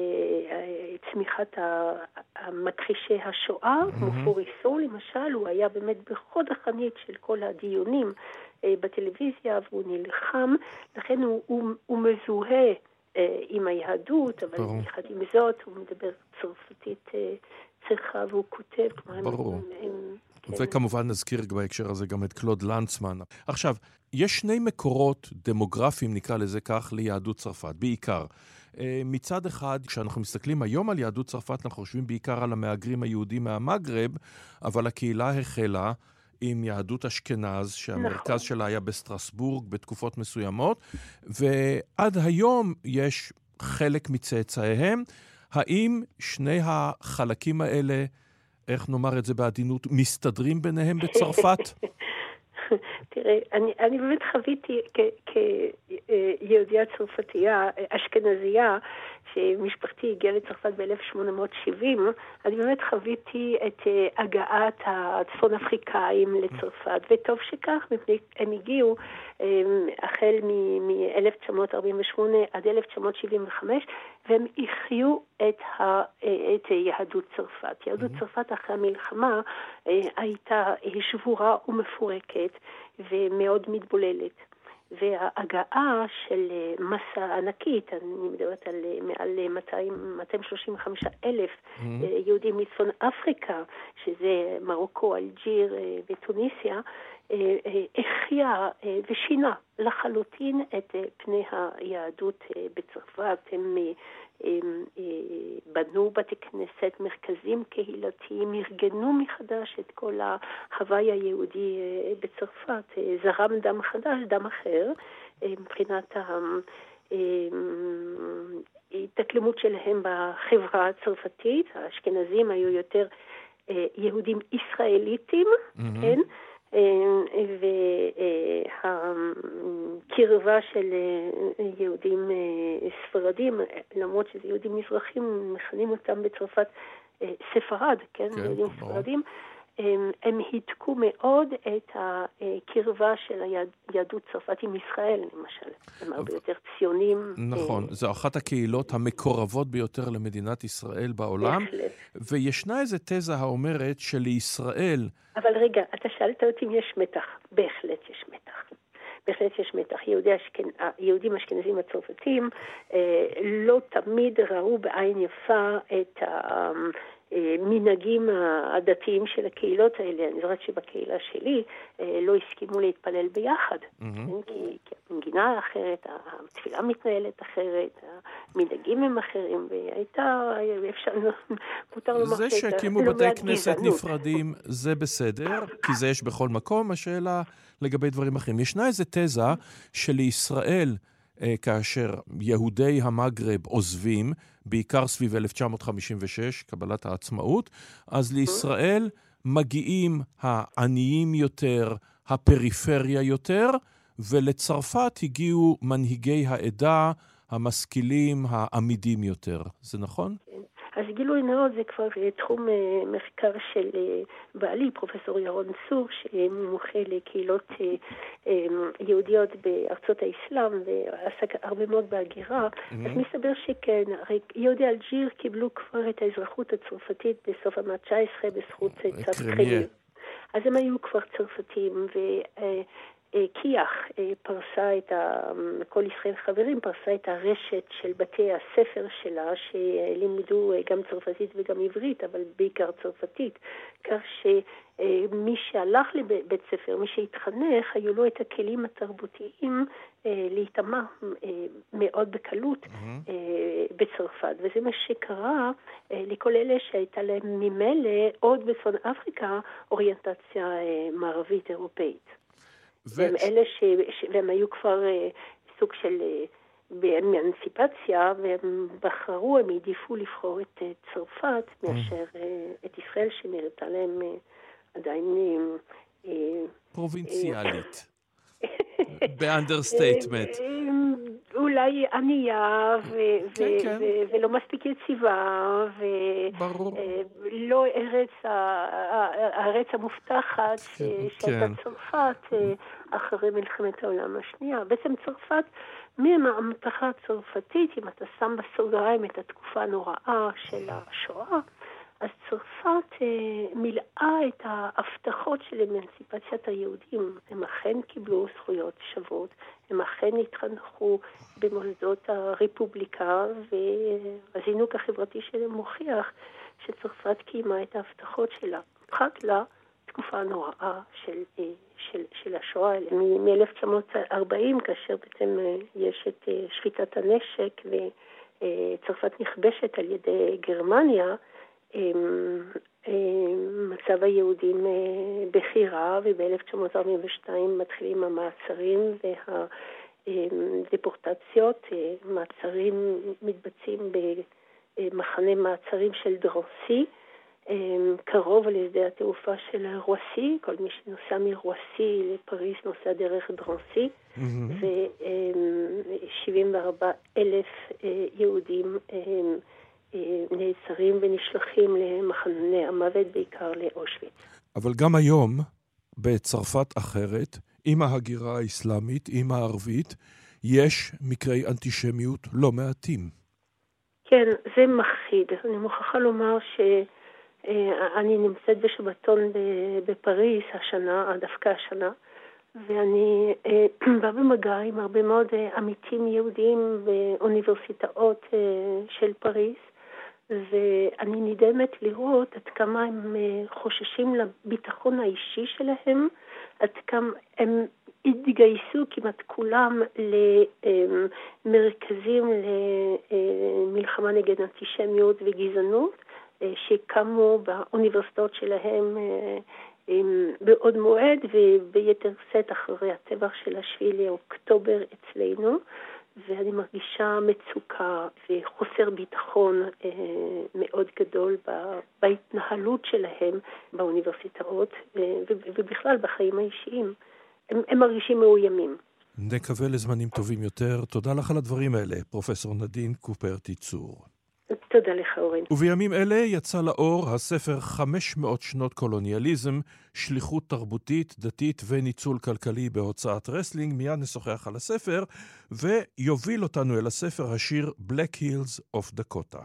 S7: צמיחת מכחישי השואה, כמו פוריסו למשל, הוא היה באמת בחוד החנית של כל הדיונים בטלוויזיה, והוא נלחם, לכן הוא מזוהה עם היהדות, אבל יחד עם זאת הוא מדבר צרפתית צחה והוא כותב.
S3: ברור. וכמובן נזכיר בהקשר הזה גם את קלוד לנצמן. עכשיו, יש שני מקורות דמוגרפיים, נקרא לזה כך, ליהדות צרפת, בעיקר. מצד אחד, כשאנחנו מסתכלים היום על יהדות צרפת, אנחנו חושבים בעיקר על המהגרים היהודים מהמגרב, אבל הקהילה החלה עם יהדות אשכנז, שהמרכז שלה היה בסטרסבורג בתקופות מסוימות, ועד היום יש חלק מצאצאיהם. האם שני החלקים האלה, איך נאמר את זה בעדינות, מסתדרים ביניהם בצרפת?
S7: תראה, אני באמת חוויתי כיהודיה צרפתייה, אשכנזייה, שמשפחתי הגיעה לצרפת ב-1870, אני באמת חוויתי את הגעת הצפון אפריקאים לצרפת, וטוב שכך, מפני הם הגיעו החל מ-1948 עד 1975, והם החיו את יהדות צרפת. יהדות צרפת אחרי המלחמה הייתה שבורה ומפורקת ומאוד מתבוללת. וההגעה של מסע ענקית, אני מדברת על מעל 235,000 יהודים מצפון אפריקה, שזה מרוקו, אלג'יר וטוניסיה, החיה ושינה לחלוטין את פני היהדות בצרפת. הם בנו בתי כנסת, מרכזים קהילתיים, ארגנו מחדש את כל ההוואי היהודי בצרפת. זרם דם חדש, דם אחר, מבחינת ההתאקלמות שלהם בחברה הצרפתית. האשכנזים היו יותר יהודים ישראליתים, כן? והקרבה של יהודים ספרדים, למרות שזה יהודים מזרחים, מכנים אותם בצרפת ספרד, כן? יהודים ספרדים, הם התקו מאוד את הקרבה של היהדות צרפת עם ישראל, למשל. הם הרבה יותר ציונים.
S3: נכון, זו אחת הקהילות המקורבות ביותר למדינת ישראל בעולם. וישנה איזו תזה האומרת שלישראל...
S7: אבל רגע, אתה שאלת אותי אם יש מתח. בהחלט יש מתח. בהחלט יש מתח. יהודים אשכנזים הצרפתים לא תמיד ראו בעין יפה את המנהגים הדתיים של הקהילות האלה. אני זוכרת שבקהילה שלי לא הסכימו להתפלל ביחד. כי המנגינה אחרת, התפילה מתנהלת אחרת, המנהגים הם אחרים, והייתה, מותר לומר
S3: זה שהקימו בתי כנסת נפרדים, זה בסדר, כי זה יש בכל מקום. השאלה לגבי דברים אחרים. ישנה איזו תזה שלישראל, כאשר יהודי המגרב עוזבים, בעיקר סביב 1956, קבלת העצמאות, אז לישראל מגיעים העניים יותר, הפריפריה יותר, ולצרפת הגיעו מנהיגי העדה, המשכילים, העמידים יותר. זה נכון?
S7: אז גילוי נאות זה כבר תחום מחקר של בעלי, פרופסור ירון צור, שמומחה לקהילות יהודיות בארצות האסלאם, ועסק הרבה מאוד בהגירה. אז מסתבר שכן, יהודי אלג'יר קיבלו כבר את האזרחות הצרפתית בסוף המאה ה-19 בזכות צו קרמי. אז הם היו כבר צרפתים, קייח פרסה את כל ישראל חברים, פרסה את הרשת של בתי הספר שלה, שלימדו גם צרפתית וגם עברית, אבל בעיקר צרפתית, כך שמי שהלך לבית ספר, מי שהתחנך, היו לו את הכלים התרבותיים להתאמה מאוד בקלות בצרפת. וזה מה שקרה לכל אלה שהייתה להם ממילא עוד בצפון אפריקה אוריינטציה מערבית אירופאית. והם אלה והם היו כבר סוג של באמנציפציה, והם בחרו, הם העדיפו לבחור את צרפת מאשר את ישראל, שנראתה להם עדיין
S3: פרובינציאלית. באנדרסטייטמנט.
S7: אולי ענייה ולא מספיק יציבה ולא הארץ המובטחת שהייתה צרפת אחרי מלחמת העולם השנייה. בעצם צרפת, מהמהפכה הצרפתית, אם אתה שם בסוגריים את התקופה הנוראה של השואה, אז צרפת מילאה את ההבטחות של אמנציפציית היהודים. הם אכן קיבלו זכויות שוות, הם אכן התחנכו במוסדות הרפובליקה, והזינוק החברתי שלהם מוכיח שצרפת קיימה את ההבטחות שלה. פרט לתקופה הנוראה של השואה, מ-1940, כאשר בעצם יש את שביתת הנשק וצרפת נכבשת על ידי גרמניה, מצב היהודים בחירה, וב-1942 מתחילים המעצרים והדפורטציות. מעצרים מתבצעים במחנה מעצרים של דרנסי, קרוב לשדה התעופה של רואסי. כל מי שנוסע מרואסי לפריז נוסע דרך דרנסי, ו-74,000 יהודים נעצרים ונשלחים למחנה המוות, בעיקר לאושוויץ.
S3: אבל גם היום, בצרפת אחרת, עם ההגירה האסלאמית, עם הערבית, יש מקרי אנטישמיות לא מעטים.
S7: כן, זה מחריד. אני מוכרחה לומר שאני נמצאת בשבתון בפריז השנה, דווקא השנה, ואני באה במגע עם הרבה מאוד עמיתים יהודים באוניברסיטאות של פריז, ואני נדהמת לראות עד כמה הם חוששים לביטחון האישי שלהם, עד כמה הם התגייסו כמעט כולם למרכזים למלחמה נגד אנטישמיות וגזענות, שקמו באוניברסיטאות שלהם בעוד מועד וביתר שאת אחרי הטבח של 7 לאוקטובר אצלנו, ואני מרגישה מצוקה וחוסר ביטחון מאוד גדול בהתנהלות שלהם באוניברסיטאות ובכלל בחיים האישיים. הם מרגישים מאוימים.
S3: נקווה לזמנים טובים יותר. תודה לך על הדברים האלה, פרופסור נדין קופרטי-צור.
S7: תודה לך, אורן.
S3: ובימים אלה יצא לאור הספר 500 שנות קולוניאליזם, שליחות תרבותית, דתית וניצול כלכלי בהוצאת רסלינג. מיד נשוחח על הספר, ויוביל אותנו אל הספר השיר Black Hills of Dakota.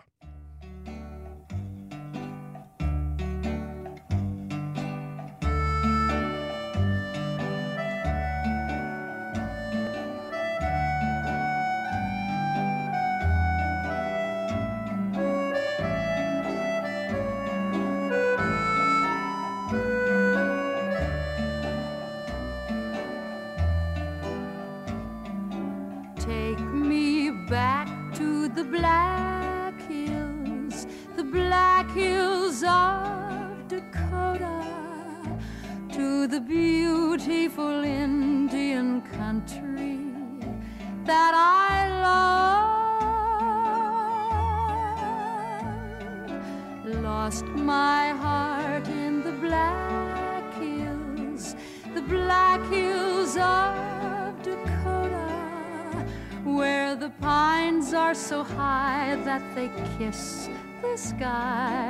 S8: Black hills of Dakota, to the beautiful Indian country that I love. Lost my heart in the Black Hills of Dakota, where the pines are so high that they kiss the sky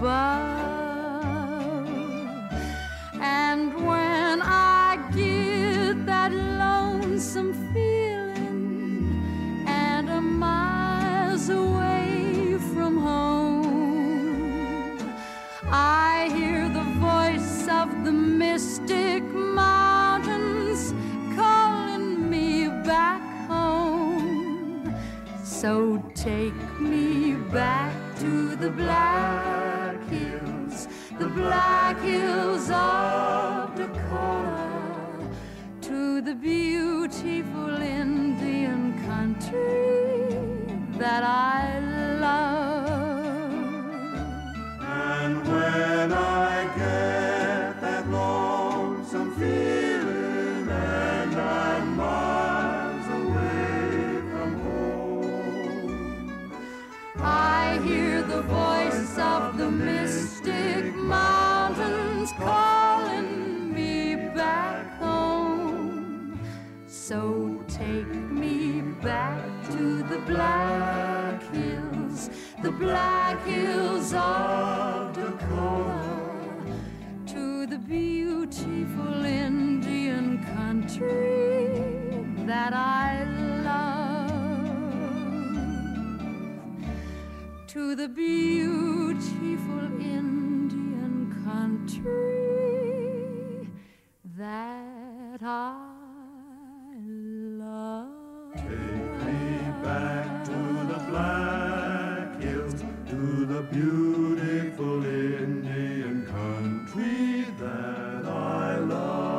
S8: above. And when I get that lonesome feeling and I'm miles away from home, I hear the voice of the mystic mountains calling me back home. So take me back to the Black Hills of Dakota, to the beautiful Indian country that I love.
S6: And when I get that lonesome feeling and I'm miles away from home,
S8: black hills of Dakota, to the beautiful Indian country that I love, to the beautiful Indian country that I love.
S6: Take me back to the Black Hills, to the beautiful Indian country that I love.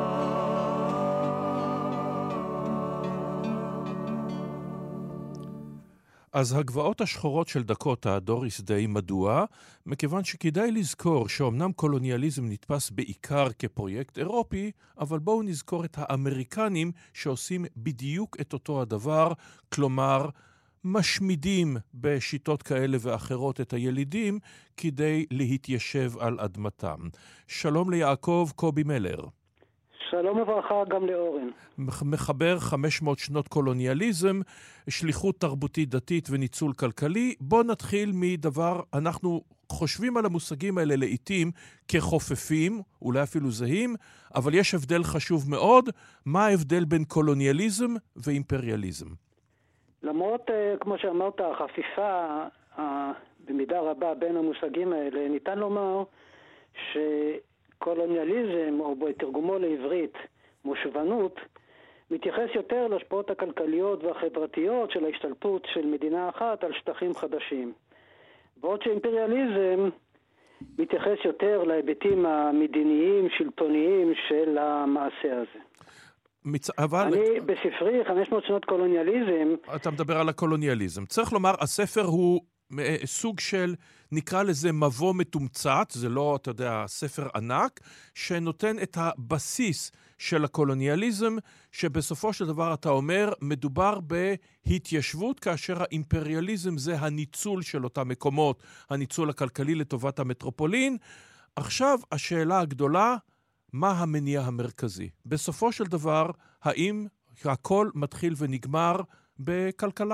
S3: אז הגבעות השחורות של דקוטה, דוריס דיי, מדוע? מכיוון שכדאי לזכור שאומנם קולוניאליזם נתפס בעיקר כפרויקט אירופי, אבל בואו נזכור את האמריקנים שעושים בדיוק את אותו הדבר, כלומר, משמידים בשיטות כאלה ואחרות את הילידים כדי להתיישב על אדמתם. שלום ליעקב קובי מלר.
S9: שלום וברכה גם לאורן.
S3: מחבר 500 שנות קולוניאליזם, שליחות תרבותית דתית וניצול כלכלי. בוא נתחיל מדבר, אנחנו חושבים על המושגים האלה לעתים כחופפים, אולי אפילו זהים, אבל יש הבדל חשוב מאוד. מה ההבדל בין קולוניאליזם ואימפריאליזם? למרות,
S9: כמו שאמרת, החפיפה במידה רבה בין המושגים האלה, ניתן לומר קולוניאליזם, או בתרגומו לעברית מושבנות, מתייחס יותר להשפעות הכלכליות והחברתיות של ההשתלטות של מדינה אחת על שטחים חדשים. בעוד שאימפריאליזם מתייחס יותר להיבטים המדיניים, שלטוניים של המעשה הזה. אני בספרי 500 שנות קולוניאליזם...
S3: אתה מדבר על הקולוניאליזם. צריך לומר, הספר הוא סוג של, נקרא לזה מבוא מתומצת, זה לא, אתה יודע, ספר ענק, שנותן את הבסיס של הקולוניאליזם, שבסופו של דבר אתה אומר, מדובר בהתיישבות, כאשר האימפריאליזם זה הניצול של אותם מקומות, הניצול הכלכלי לטובת המטרופולין. עכשיו, השאלה הגדולה, מה המניע המרכזי? בסופו של דבר, האם הכל מתחיל ונגמר בכלכלה?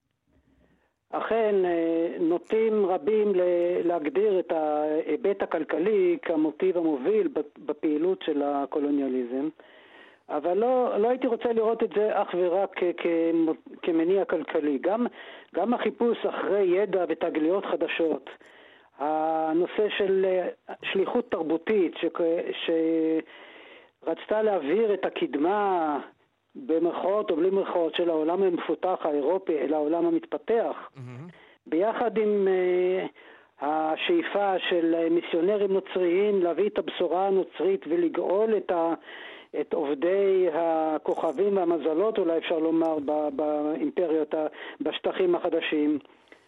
S9: אכן, נוטים רבים להגדיר את ההיבט הכלכלי כמוטיב המוביל בפעילות של הקולוניאליזם, אבל לא הייתי רוצה לראות את זה אך ורק כמניע כלכלי. גם החיפוש אחרי ידע ותגליות חדשות, הנושא של שליחות תרבותית שרצתה להעביר את הקדמה במרכאות או בלי מרכאות של העולם המפותח האירופי אל העולם המתפתח, ביחד עם השאיפה של מיסיונרים נוצריים להביא את הבשורה הנוצרית ולגאול את עובדי הכוכבים והמזלות, אולי אפשר לומר, באימפריות, בשטחים החדשים.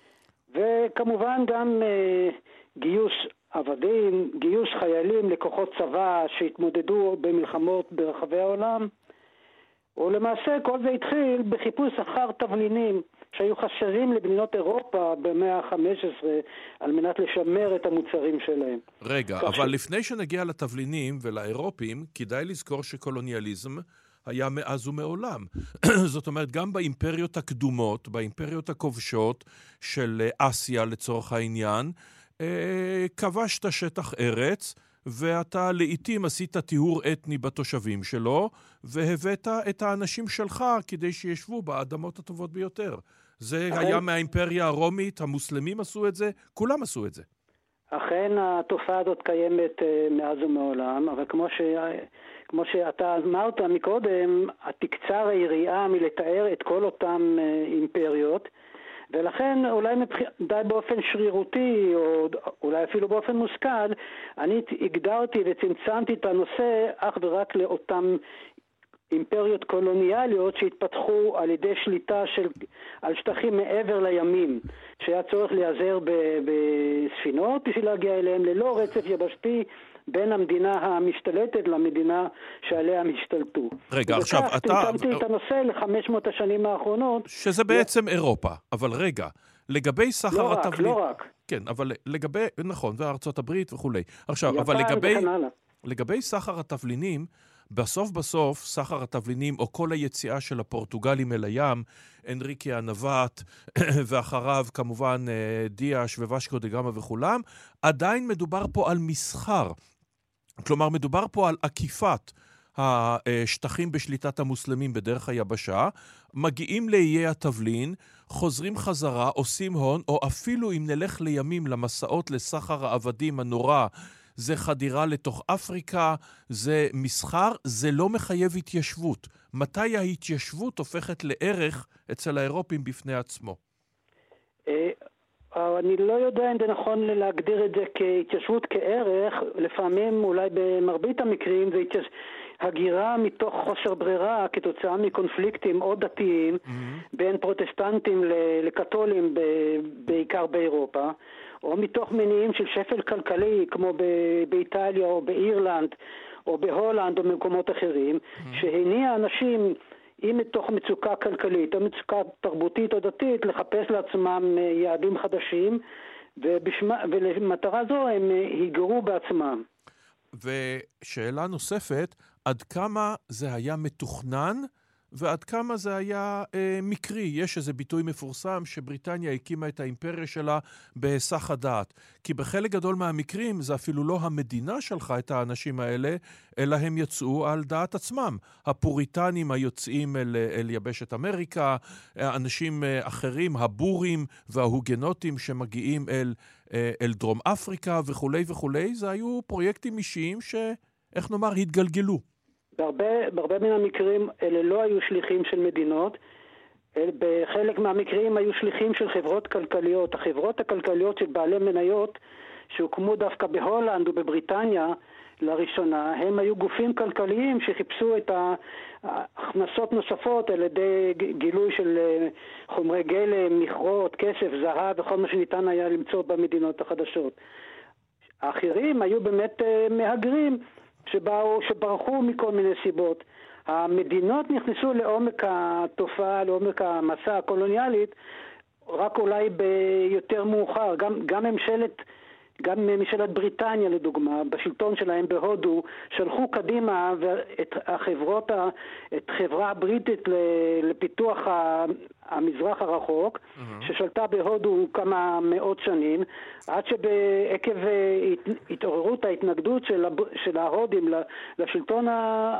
S9: וכמובן גם גיוס עבדים, גיוס חיילים לכוחות צבא שהתמודדו במלחמות ברחבי העולם. ולמעשה כל זה התחיל בחיפוש אחר תבלינים שהיו חסרים למדינות אירופה במאה ה-15 על מנת לשמר את המוצרים שלהם.
S3: רגע, אבל לפני שנגיע לתבלינים ולאירופים, כדאי לזכור שקולוניאליזם היה מאז ומעולם. זאת אומרת, גם באימפריות הקדומות, באימפריות הכובשות של אסיה לצורך העניין, כבשת שטח ארץ, ואתה לעתים עשית טיהור אתני בתושבים שלו, והבאת את האנשים שלך כדי שישבו באדמות הטובות ביותר. זה היה מהאימפריה הרומית, המוסלמים עשו את זה, כולם עשו את זה.
S9: אכן התופעה הזאת קיימת מאז ומעולם, אבל כמו שאתה אמרת מקודם, תקצר היריעה מלתאר את כל אותם אימפריות, ולכן אולי די באופן שרירותי, או אולי אפילו באופן מושכל, אני הגדרתי וצמצמתי את הנושא אך ורק לאותם אימפריות קולוניאליות שהתפתחו על ידי שליטה על שטחים מעבר לימים, שהיה צורך להיעזר בספינות בשביל להגיע אליהם ללא רצף יבשתי בין המדינה המשתלטת למדינה שעליה הם השתלטו.
S3: רגע, עכשיו אתה...
S9: צמצמתי את הנושא ל-500 השנים האחרונות.
S3: שזה בעצם אירופה, אבל רגע, לגבי סחר התבלינים...
S9: לא רק.
S3: כן, אבל לגבי... נכון, וארצות הברית וכולי. עכשיו, אבל לגבי סחר התבלינים, בסוף, סחר התבלינים, או כל היציאה של הפורטוגלים אל הים, אנריקי הנווט, ואחריו כמובן דיאש ווושקו דה גאמה וכולם, עדיין מדובר פה על מסחר. כלומר, מדובר פה על עקיפת השטחים בשליטת המוסלמים בדרך היבשה, מגיעים לאיי התבלין, חוזרים חזרה, עושים הון, או אפילו אם נלך לימים למסעות לסחר העבדים הנורא, זה חדירה לתוך אפריקה, זה מסחר, זה לא מחייב התיישבות. מתי ההתיישבות הופכת לערך אצל האירופים בפני עצמו?
S9: אני לא יודע אם זה נכון להגדיר את זה כהתיישבות כערך, לפעמים אולי במרבית המקרים זה הגירה מתוך חוסר ברירה כתוצאה מקונפליקטים או דתיים בין פרוטסטנטים לקתולים בעיקר באירופה, או מתוך מניעים של שפל כלכלי כמו באיטליה או באירלנד או בהולנד או במקומות אחרים, שהניע אנשים אם מתוך מצוקה כלכלית או מצוקה תרבותית או דתית לחפש לעצמם יעדים חדשים, ולמטרה זו הם היגרו בעצמם.
S3: ושאלה נוספת, עד כמה זה היה מתוכנן ועד כמה זה היה מקרי? יש איזה ביטוי מפורסם שבריטניה הקימה את האימפריה שלה בהיסח הדעת. כי בחלק גדול מהמקרים זה אפילו לא המדינה שלחה את האנשים האלה, אלא הם יצאו על דעת עצמם. הפוריטנים היוצאים אל יבשת אמריקה, אנשים אחרים, הבורים וההוגנוטים שמגיעים אל דרום אפריקה וכו' וכו'. זה היו פרויקטים אישיים איך נאמר, התגלגלו.
S9: בהרבה מן המקרים אלה לא היו שליחים של מדינות, בחלק מהמקרים היו שליחים של חברות כלכליות. החברות הכלכליות של בעלי מניות שהוקמו דווקא בהולנד ובבריטניה לראשונה, הם היו גופים כלכליים שחיפשו את ההכנסות נוספות על ידי גילוי של חומרי גלם, מכרות, כסף, זהב וכל מה שניתן היה למצוא במדינות החדשות. האחרים היו באמת מהגרים שברחו מכל מיני סיבות. המדינות נכנסו לעומק התופעה, לעומק המסע הקולוניאלית, רק אולי ביותר מאוחר. גם ממשלת בריטניה לדוגמה, בשלטון שלהם בהודו, שלחו קדימה את חברה הבריטית לפיתוח המזרח הרחוק, ששלטה בהודו כמה מאות שנים, עד שבעקב התעוררות ההתנגדות של ההודים לשלטון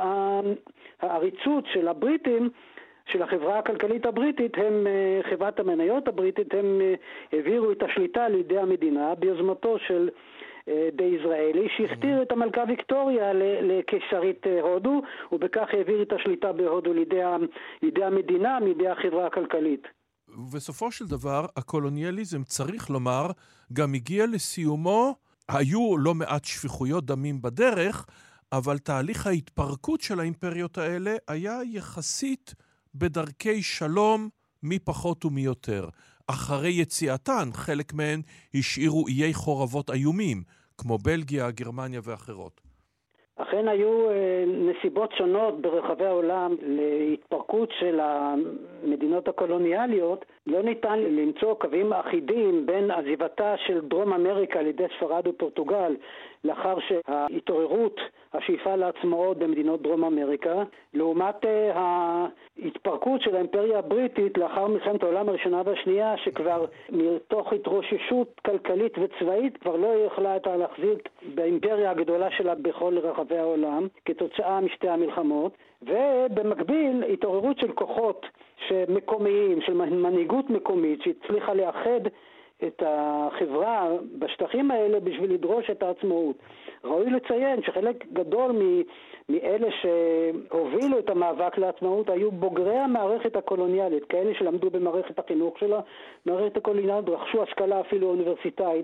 S9: העריצות של הבריטים, של החברה הכלכלית הבריטית, חברת המניות הבריטית, הם העבירו את השליטה לידי המדינה ביוזמתו של דיזראלי, שהכתיר את המלכה ויקטוריה לקיסרית הודו, ובכך העביר את השליטה בהודו לידי המדינה, מידי החברה הכלכלית.
S3: ובסופו של דבר, הקולוניאליזם, צריך לומר, גם הגיע לסיומו. היו לא מעט שפיכויות דמים בדרך, אבל תהליך ההתפרקות של האימפריות האלה היה יחסית בדרכי שלום, מי פחות ומי יותר. אחרי יציאתן, חלק מהן השאירו איי חורבות איומים, כמו בלגיה, גרמניה ואחרות.
S9: אכן היו נסיבות שונות ברחבי העולם להתפרקות של המדינות הקולוניאליות. לא ניתן למצוא קווים אחידים בין עזיבתה של דרום אמריקה על ידי ספרד ופורטוגל, לאחר שההתעוררות, השאיפה לעצמאות במדינות דרום אמריקה, לעומת ההתפרקות של האימפריה הבריטית לאחר מלחמת העולם הראשונה והשנייה, שכבר מתוך התרוששות כלכלית וצבאית כבר לא יכלה להחזיק באימפריה הגדולה שלה בכל רחבי העולם, כתוצאה משתי המלחמות. ובמקביל התעוררות של כוחות מקומיים, של מנהיגות מקומית שהצליחה לאחד את החברה בשטחים האלה בשביל לדרוש את העצמאות. ראוי לציין שחלק גדול מאלה שהובילו את המאבק לעצמאות היו בוגרי המערכת הקולוניאלית, כאלה שלמדו במערכת החינוך שלה, מערכת הקולוניאלית, רכשו השכלה אפילו אוניברסיטאית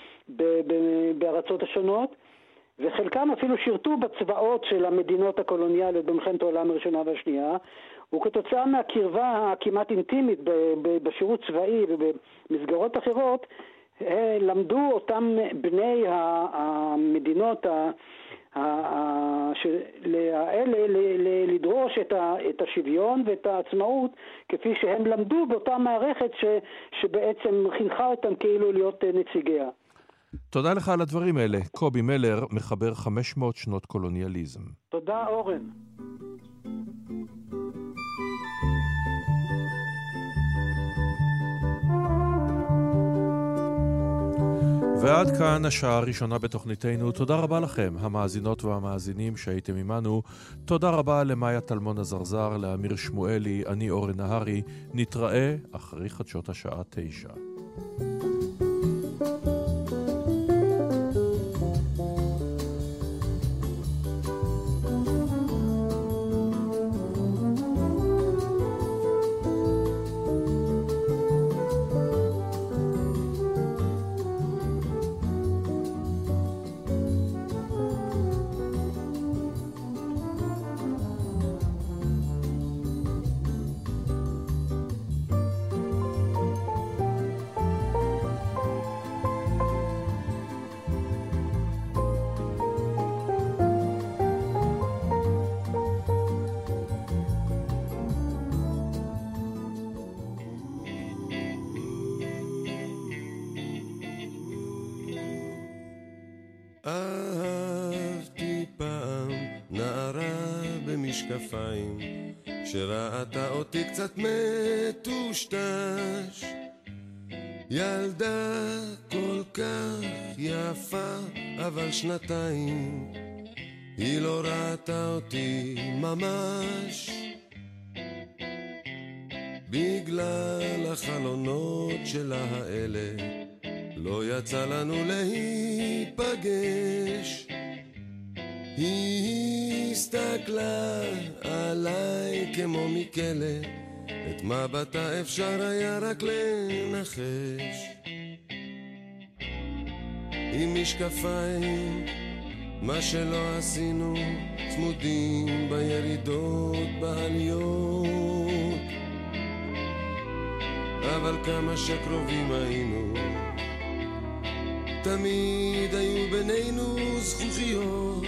S9: בארצות השונות, וחלקם אפילו שירתו בצבאות של המדינות הקולוניאליות במלחמת העולם הראשונה והשנייה, וכתוצאה מהקרבה הכמעט אינטימית בשירות צבאי ובמסגרות אחרות, למדו אותם בני המדינות האלה לדרוש את השוויון ואת העצמאות, כפי שהם למדו באותה מערכת שבעצם חינכה אותם כאילו להיות נציגיה.
S3: תודה לך על הדברים האלה. קובי מלר, מחבר 500 שנות קולוניאליזם.
S9: תודה. תודה אורן.
S3: ועד כאן השעה הראשונה בתוכניתנו. תודה רבה לכם, המאזינות והמאזינים שהייתם עמנו. תודה רבה למאיה טלמון הזרזר, לאמיר שמואלי, אני אורן נהרי. נתראה אחרי חדשות השעה 9.
S10: אהבתי פעם נערה במשקפיים שראתה אותי קצת מטושטש, ילדה כל כך יפה אבל שנתיים היא לא ראתה אותי ממש, בגלל החלונות שלה האלה לא יצא לנו להיפגש. היא הסתכלה עליי כמו מכלא, את מבטה אפשר היה רק לנחש. עם משקפיים, מה שלא עשינו, צמודים בירידות בעליות, אבל כמה שקרובים היינו, תמיד היו בינינו זכוכיות.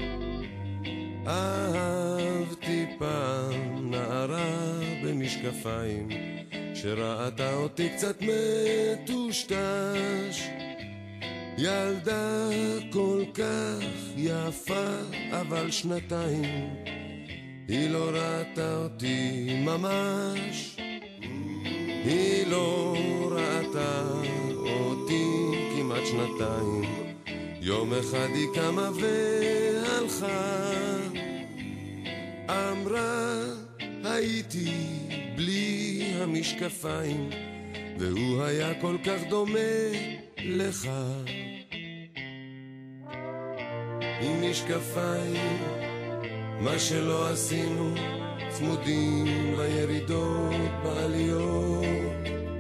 S10: אהבתי פעם נערה במשקפיים שראתה אותי קצת מטושטש, ילדה כל כך יפה אבל שנתיים היא לא ראתה אותי ממש, היא לא ראתה אותי כמעט שנתיים. יום אחד היא קמה והלכה, אמרה הייתי בלי המשקפיים והוא היה כל כך דומה לך. עם משקפיים, מה שלא עשינו, צמודים בירידות בעליות,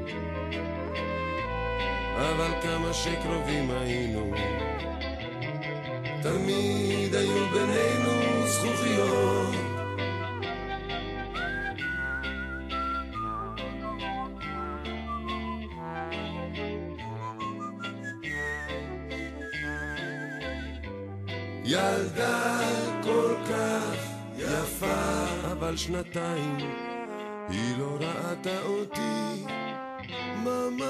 S10: אבל כמה שקרובים היינו, תמיד היו בינינו זכוכיות. ילדה כל כך יפה אבל שנתיים היא לא ראתה אותי ממש.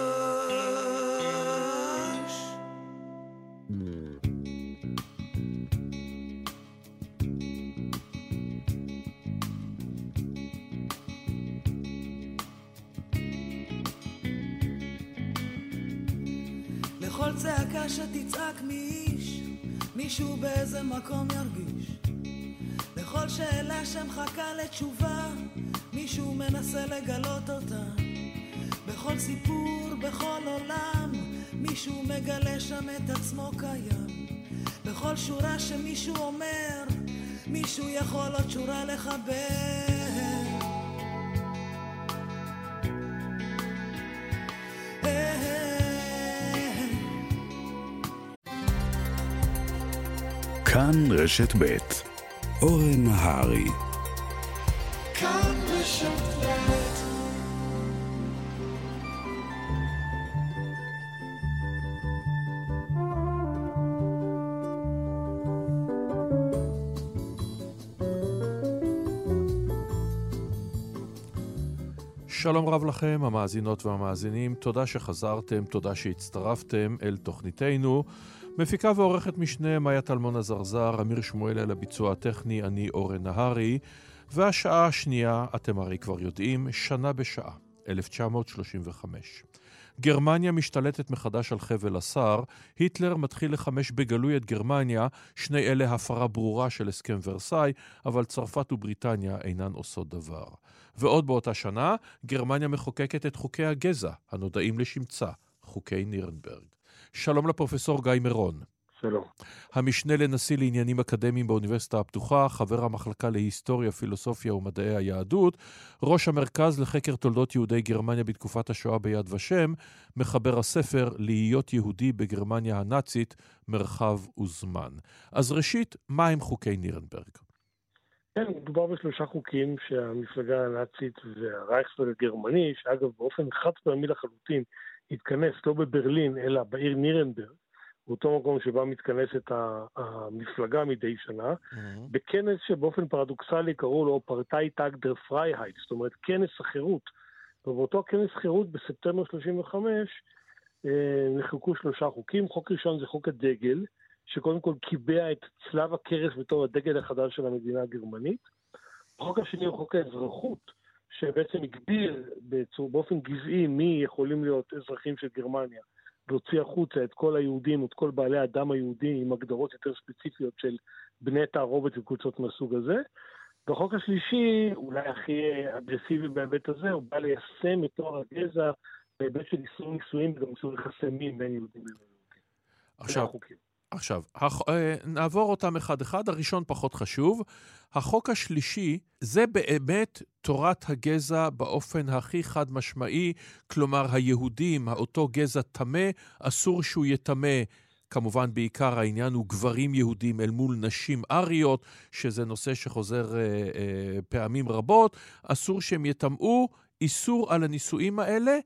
S11: לכל צעקה שתצעק מאיש, מישהו באיזה מקום ירגיש. לכל שאלה שמחכה לתשובה, מישהו מנסה לגלות אותה. בכל סיפור, בכל עולם, מישהו מגלה שם את עצמו קיים. בכל שורה שמישהו אומר, מישהו יכול עוד שורה לחבר.
S1: כאן רשת ב' אורן נהרי.
S2: כאן רשת ב'.
S3: שלום רב לכם, המאזינות והמאזינים, תודה שחזרתם, תודה שהצטרפתם אל תוכניתנו. מפיקה ועורכת משנה מאיה טלמון הזרזר, אמיר שמואל על הביצוע הטכני, אני אורן נהרי, והשעה השנייה, אתם הרי כבר יודעים, שנה בשעה, 1935. גרמניה משתלטת מחדש על חבל הסאר, היטלר מתחיל לחמש בגלוי את גרמניה, שני אלה הפרה ברורה של הסכם ורסאי, אבל צרפת ובריטניה אינן עושות דבר. ועוד באותה שנה, גרמניה מחוקקת את חוקי הגזע, הנודעים לשמצה, חוקי נירנברג. שלום לפרופסור גיא מירון.
S12: שלום.
S3: המשנה לנשיא לעניינים אקדמיים באוניברסיטה הפתוחה, חבר המחלקה להיסטוריה, פילוסופיה ומדעי היהדות, ראש המרכז לחקר תולדות יהודי גרמניה בתקופת השואה ביד ושם, מחבר הספר להיות יהודי בגרמניה הנאצית, מרחב וזמן. אז ראשית, מה הם חוקי נירנברג?
S12: כן, מדובר בשלושה חוקים שהמפלגה הנאצית והרייכסטאג הגרמני, שאגב באופן חד פעמי לחלוטין התכנס לא בברלין אלא בעיר נירנברג, באותו מקום שבה מתכנסת המפלגה מדי שנה, בכנס שבאופן פרדוקסלי קראו לו פרטייטאג דר פרייהייט, זאת אומרת כנס החירות. ובאותו כנס חירות בספטמבר 35 נחקקו שלושה חוקים. חוק ראשון זה חוק הדגל, שקודם כל קיבע את צלב הקרס בתור הדגל החדש של המדינה הגרמנית. החוק השני הוא חוק האזרחות, שבעצם הגדיר באופן גזעי מי יכולים להיות אזרחים של גרמניה, והוציא החוצה את כל היהודים, את כל בעלי האדם היהודי, עם הגדרות יותר ספציפיות של בני תערובת וקבוצות מהסוג הזה. והחוק השלישי, אולי הכי אגרסיבי בהיבט הזה, הוא בא ליישם את תואר הגזע בהיבט של איסור נישואים וגם איסור יחסים בין יהודים ליהודים.
S3: עכשיו, נעבור אותם אחד אחד. הראשון פחות חשוב. החוק השלישי, זה באמת תורת הגזע באופן הכי חד משמעי, כלומר היהודים, אותו גזע תמה, אסור שהוא יתמה. כמובן בעיקר העניין הוא גברים יהודים אל מול נשים אריות, שזה נושא שחוזר פעמים רבות, אסור שהם יתמאו, איסור על הנישואים האלה,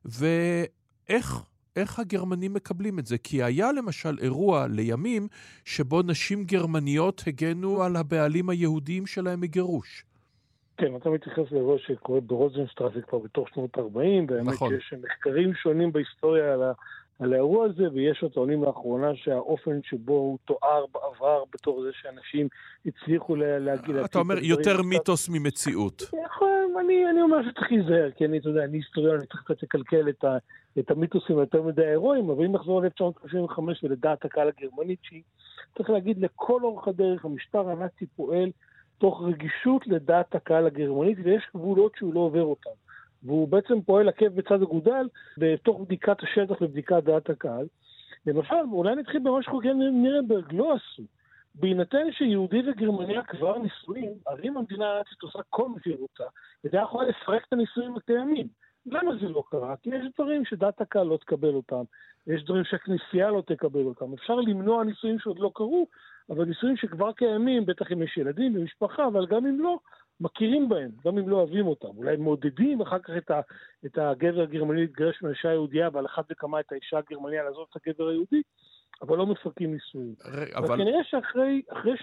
S3: איך הגרמנים מקבלים את זה? כי היה למשל אירוע לימים שבו נשים גרמניות הגנו על הבעלים היהודיים שלהם מגירוש.
S12: כן, אתה מתייחס לאירוע שקורה ברוזנשטראסה כבר בתוך שנות 40, באמת נכון. שיש מחקרים שונים בהיסטוריה על האירוע הזה, ויש הטוענים לאחרונה שהאופן שבו הוא תואר בעבר בתור זה שאנשים הצליחו להגיד...
S3: אתה אומר יותר מיתוס ממציאות.
S12: אני אומר שצריך להיזהר, כי אני היסטוריון, אני צריך קצת לקלקל את המיתוסים היותר מדי האירועים, אבל אם נחזור ל-1935 ולדעת הקהל הגרמנית, שהיא צריך להגיד לכל אורך הדרך, המשטר הנאצי פועל תוך רגישות לדעת הקהל הגרמנית, ויש גבולות שהוא לא עובר אותם. והוא בעצם פועל עקב בצד אגודל, בתוך בדיקת השטח ובדיקת דעת הקהל. למשל, אולי נתחיל במה שחוקי נירנברג לא עשו. בהינתן שיהודי וגרמניה כבר נישואים, אז אם המדינה הנאצית עושה כל מה שהיא רוצה, וזה יכול לפרק את הנישואים הקיימים. למה זה לא קרה? כי יש דברים שדעת הקהל לא תקבל אותם, יש דברים שהכנסייה לא תקבל אותם. אפשר למנוע נישואים שעוד לא קרו, אבל נישואים שכבר קיימים, בטח אם יש ילדים ומשפחה, אבל גם אם לא, מכירים בהם, גם אם לא אוהבים אותם. אולי מעודדים אחר כך את הגבר הגרמני להתגרש מהאישה היהודיה, ועל אחת וכמה את האישה הגרמניה לעזוב את הגבר היהודי, אבל לא מפרקים נישואים. אבל כנראה שאחרי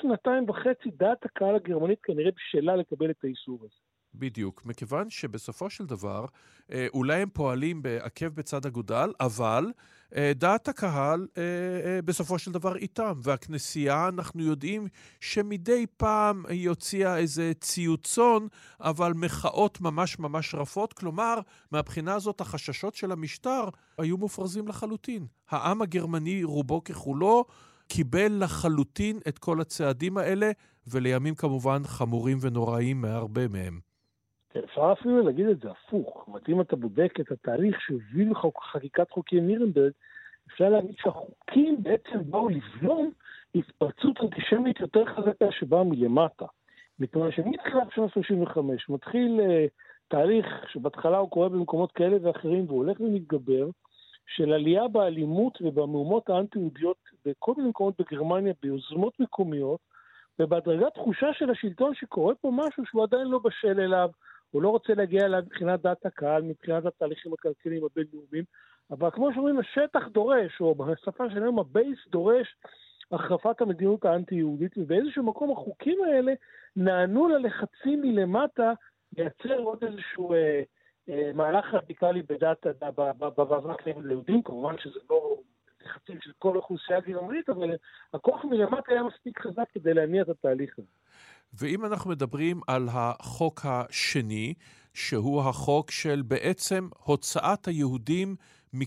S12: 2.5 דעת הקהל הגרמנית כנראה בשלה לקבל את האיסור הזה.
S3: בדיוק, מכיוון שבסופו של דבר, אולי הם פועלים בעקב בצד אגודל, אבל דעת הקהל בסופו של דבר איתם, והכנסייה אנחנו יודעים שמדי פעם היא הוציאה איזה ציוצון, אבל מחאות ממש ממש רפות, כלומר, מהבחינה הזאת החששות של המשטר היו מופרזים לחלוטין. העם הגרמני רובו ככולו קיבל לחלוטין את כל הצעדים האלה, ולימים כמובן חמורים ונוראים מהרבה מהם.
S12: אפשר אפילו להגיד את זה הפוך. זאת אומרת, אם אתה בודק את התהליך שהוביל חקיקת חוקי נירנברג, אפשר להגיד שהחוקים בעצם באו לבלום התפרצות אנטישמית יותר חזקה שבאה מלמטה. מכיוון שמתחילת שנת 35 מתחיל תהליך שבהתחלה הוא קורה במקומות כאלה ואחרים, והוא הולך ומתגבר, של עלייה באלימות ובמהומות האנטי-יהודיות בכל מיני מקומות בגרמניה, ביוזמות מקומיות, ובהדרגת תחושה של השלטון שקורה פה משהו שהוא עדיין לא בשל אליו, הוא לא רוצה להגיע אליו מבחינת דעת הקהל, מבחינת התהליכים הכלכליים הבינלאומיים, אבל כמו שאומרים, השטח דורש, או בשפה שלנו, הבייס דורש החרפת המדיניות האנטי-יהודית, ובאיזשהו מקום החוקים האלה נענו ללחצים מלמטה, לייצר עוד איזשהו מהלך רדיקלי בדת, במאבק נגד ליהודים, כמובן שזה לא לחצים של כל האוכלוסייה הגרמנית, אבל הכוח מלמטה היה מספיק חזק כדי להניע את התהליך הזה.
S3: ואם אנחנו מדברים על החוק השני, שהוא החוק של בעצם הוצאת היהודים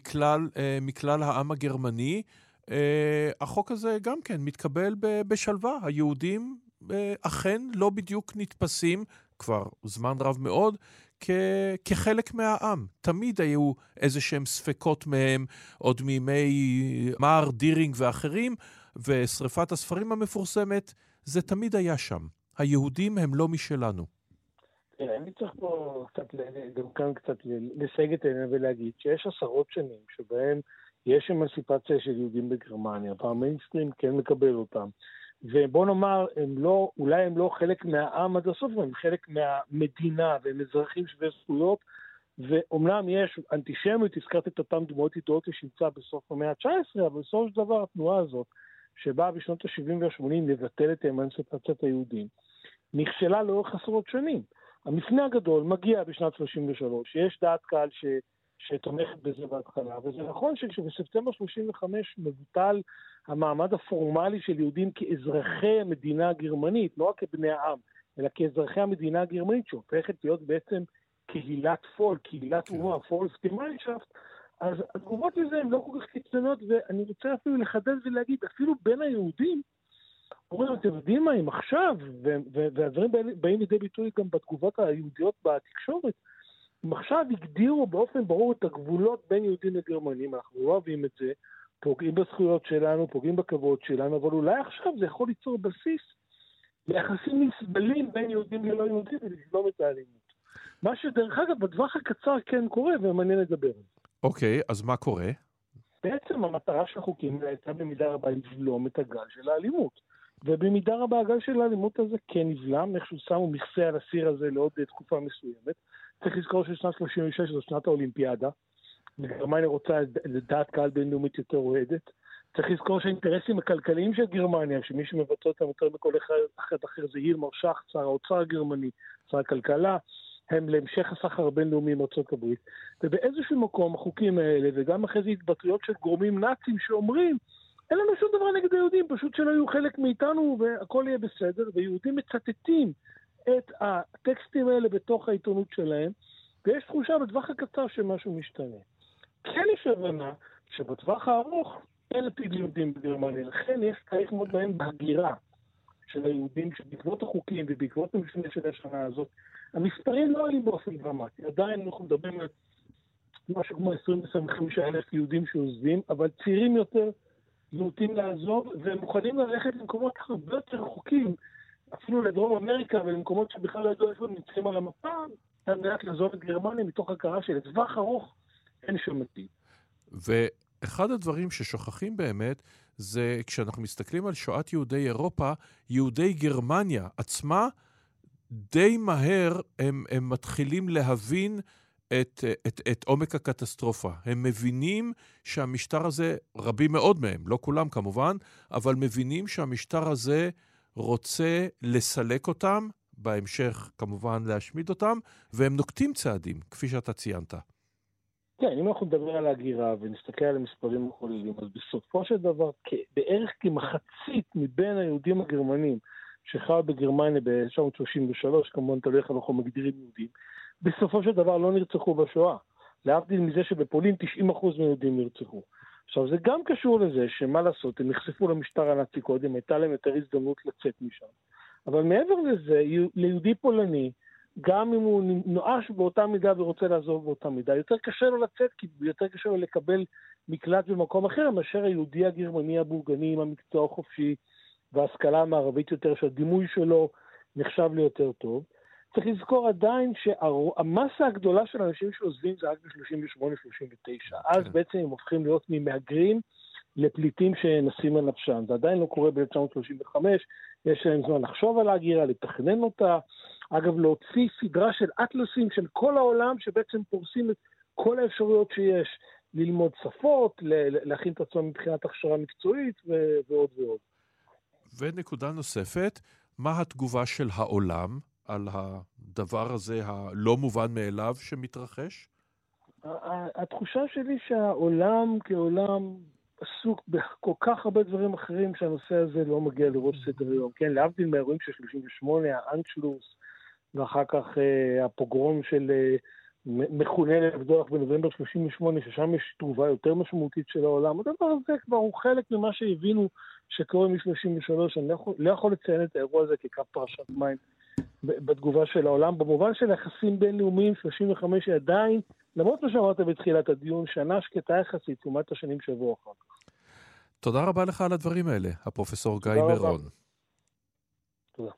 S3: מכלל העם הגרמני, החוק הזה גם כן מתקבל בשלווה. היהודים אכן לא בדיוק נתפסים כבר זמן רב מאוד כחלק מהעם. תמיד היו איזה שהם ספקות מהם, עוד מימי מאר דירינג ואחרים, ושריפת הספרים המפורסמת, זה תמיד היה שם. היהודים הם לא משלנו.
S12: אני צריך פה גם כאן קצת לסייג את העניין ולהגיד שיש עשרות שנים שבהם יש אמנסיפציה של יהודים בגרמניה, והמיינסטרים כן מקבל אותם. ובוא נאמר, אולי הם לא חלק מהעם עד הסוף, הם חלק מהמדינה, והם אזרחים שווי זכויות, ואומנם יש אנטישמיות, הזכרת את אותם דמויות ידועות לשמצה בסוף המאה ה-19, אבל בסוף של דבר התנועה הזאת, שבאה בשנות ה-70 וה-80 לבטל את אמנסיפציית היהודים, נכשלה לאורך עשרות שנים. המפנה הגדול מגיע בשנת 33, יש דעת קהל שתומכת בזה בהתחלה, וזה נכון שבספטמבר 35 מבוטל המעמד הפורמלי של יהודים כאזרחי המדינה הגרמנית, לא רק כבני העם, אלא כאזרחי המדינה הגרמנית, שהופכת להיות בעצם קהילת פולק, קהילת אומה, פולקסטימיישפט, אז התגובות לזה הן לא כל כך קיצוניות, ואני רוצה אפילו לחדד ולהגיד, אפילו בין היהודים, אומרים, אתם יודעים מה, אם עכשיו, והדברים באים לידי ביטוי גם בתגובות היהודיות בתקשורת, אם עכשיו הגדירו באופן ברור את הגבולות בין יהודים לגרמנים, אנחנו לא אוהבים את זה, פוגעים בזכויות שלנו, פוגעים בכבוד שלנו, אבל אולי עכשיו זה יכול ליצור בסיס ליחסים נסבלים בין יהודים ללא יהודים ולבלום את האלימות. מה שדרך אגב, בטווח הקצר כן קורה, ומעניין לדבר על זה.
S3: אוקיי, אז מה קורה?
S12: בעצם המטרה של החוקים הייתה במידה רבה לבלום את הגל של האלימות. ובמידה רבה הגל של האלימות הזה כן נבלם, איכשהו שמו מכסה על הסיר הזה לעוד תקופה מסוימת. צריך לזכור ששנת 36 זו שנת האולימפיאדה, וגרמניה רוצה לדעת קהל בינלאומית יותר אוהדת. צריך לזכור שהאינטרסים הכלכליים של גרמניה, שמי שמבצע אותם יותר מכל אחד אחר זה הילמר שך, שר האוצר הגרמני, שר הכלכלה, הם להמשך הסחר הבינלאומי עם ארצות הברית. ובאיזשהו מקום החוקים האלה, וגם אחרי זה התבטאויות של גורמים נאצים שאומרים, אין לנו שום דבר נגד היהודים, פשוט שלא יהיו חלק מאיתנו והכל יהיה בסדר, ויהודים מצטטים את הטקסטים האלה בתוך העיתונות שלהם, ויש תחושה בטווח הקצר שמשהו משתנה. כן יש הבנה שבטווח הארוך אין עתיד ליהודים בגרמניה, לכן יש תהליך מאוד מעניין בהגירה של היהודים, שבעקבות החוקים ובעקבות המפנה של השנה הזאת, המספרים לא עולים באופן דרמטי, עדיין אנחנו מדברים על משהו כמו 20-25 אלף יהודים שעוזבים, אבל צעירים יותר נוטים לעזוב, והם מוכנים ללכת למקומות הרבה יותר רחוקים, אפילו לדרום אמריקה ולמקומות שבכלל לא ידעו איפה נמצאים על המפה, על מנת לעזוב את גרמניה מתוך הכרה של לטווח ארוך אין שום עתיד.
S3: ואחד הדברים ששוכחים באמת, זה כשאנחנו מסתכלים על שואת יהודי אירופה, יהודי גרמניה עצמה, די מהר הם מתחילים להבין את עומק הקטסטרופה. הם מבינים שהמשטר הזה, רבים מאוד מהם, לא כולם כמובן, אבל מבינים שהמשטר הזה רוצה לסלק אותם, בהמשך כמובן להשמיד אותם, והם נוקטים צעדים, כפי שאתה ציינת.
S12: כן, אם אנחנו נדבר על ההגירה ונסתכל על המספרים הכוללים, אז בסופו של דבר, בערך כמחצית מבין היהודים הגרמנים שחיו בגרמניה ב-1933, כמובן תלוי איך אנחנו מגדירים יהודים, בסופו של דבר לא נרצחו בשואה. להבדיל מזה שבפולין 90% מהיהודים נרצחו. עכשיו, זה גם קשור לזה שמה לעשות, הם נחשפו למשטר הנאצי קודם, הייתה להם יותר הזדמנות לצאת משם. אבל מעבר לזה, ליהודי פולני, גם אם הוא נואש באותה מידה ורוצה לעזוב באותה מידה, יותר קשה לו לצאת, כי יותר קשה לו לקבל מקלט במקום אחר, מאשר היהודי הגרמני הבורגני עם המקצוע החופשי וההשכלה המערבית יותר, שהדימוי שלו נחשב ליותר טוב. צריך לזכור עדיין שהמסה הגדולה של אנשים שעוזבים זה רק ב-38-39. אז בעצם הם הופכים להיות ממהגרים לפליטים שנסים על נפשם. זה עדיין לא קורה ב-1935, יש להם זמן לחשוב על ההגירה, לתכנן אותה. אגב, להוציא סדרה של אטלסים של כל העולם שבעצם פורסים את כל האפשרויות שיש, ללמוד שפות, להכין את עצמם מבחינת הכשרה מקצועית ועוד ועוד.
S3: ונקודה נוספת, מה התגובה של העולם על הדבר הזה הלא מובן מאליו שמתרחש?
S12: התחושה שלי שהעולם כעולם עסוק בכל כך הרבה דברים אחרים שהנושא הזה לא מגיע לראש סדר היום. כן, להבדיל מהאירועים של 38, האנשלוס, ואחר כך הפוגרום של מכונה לבדוח בנובמבר 38, ששם יש תגובה יותר משמעותית של העולם. הדבר הזה כבר הוא חלק ממה שהבינו שקורה מ-33. אני לא יכול לציין את האירוע הזה כקו פרשת מים בתגובה של העולם. במובן של יחסים בינלאומיים, 35 היא עדיין, למרות מה שאמרת בתחילת הדיון, שנה שקטה יחסית, לעומת השנים שבוע אחר כך.
S3: תודה רבה לך על הדברים האלה, הפרופסור גיא מירון.
S12: תודה.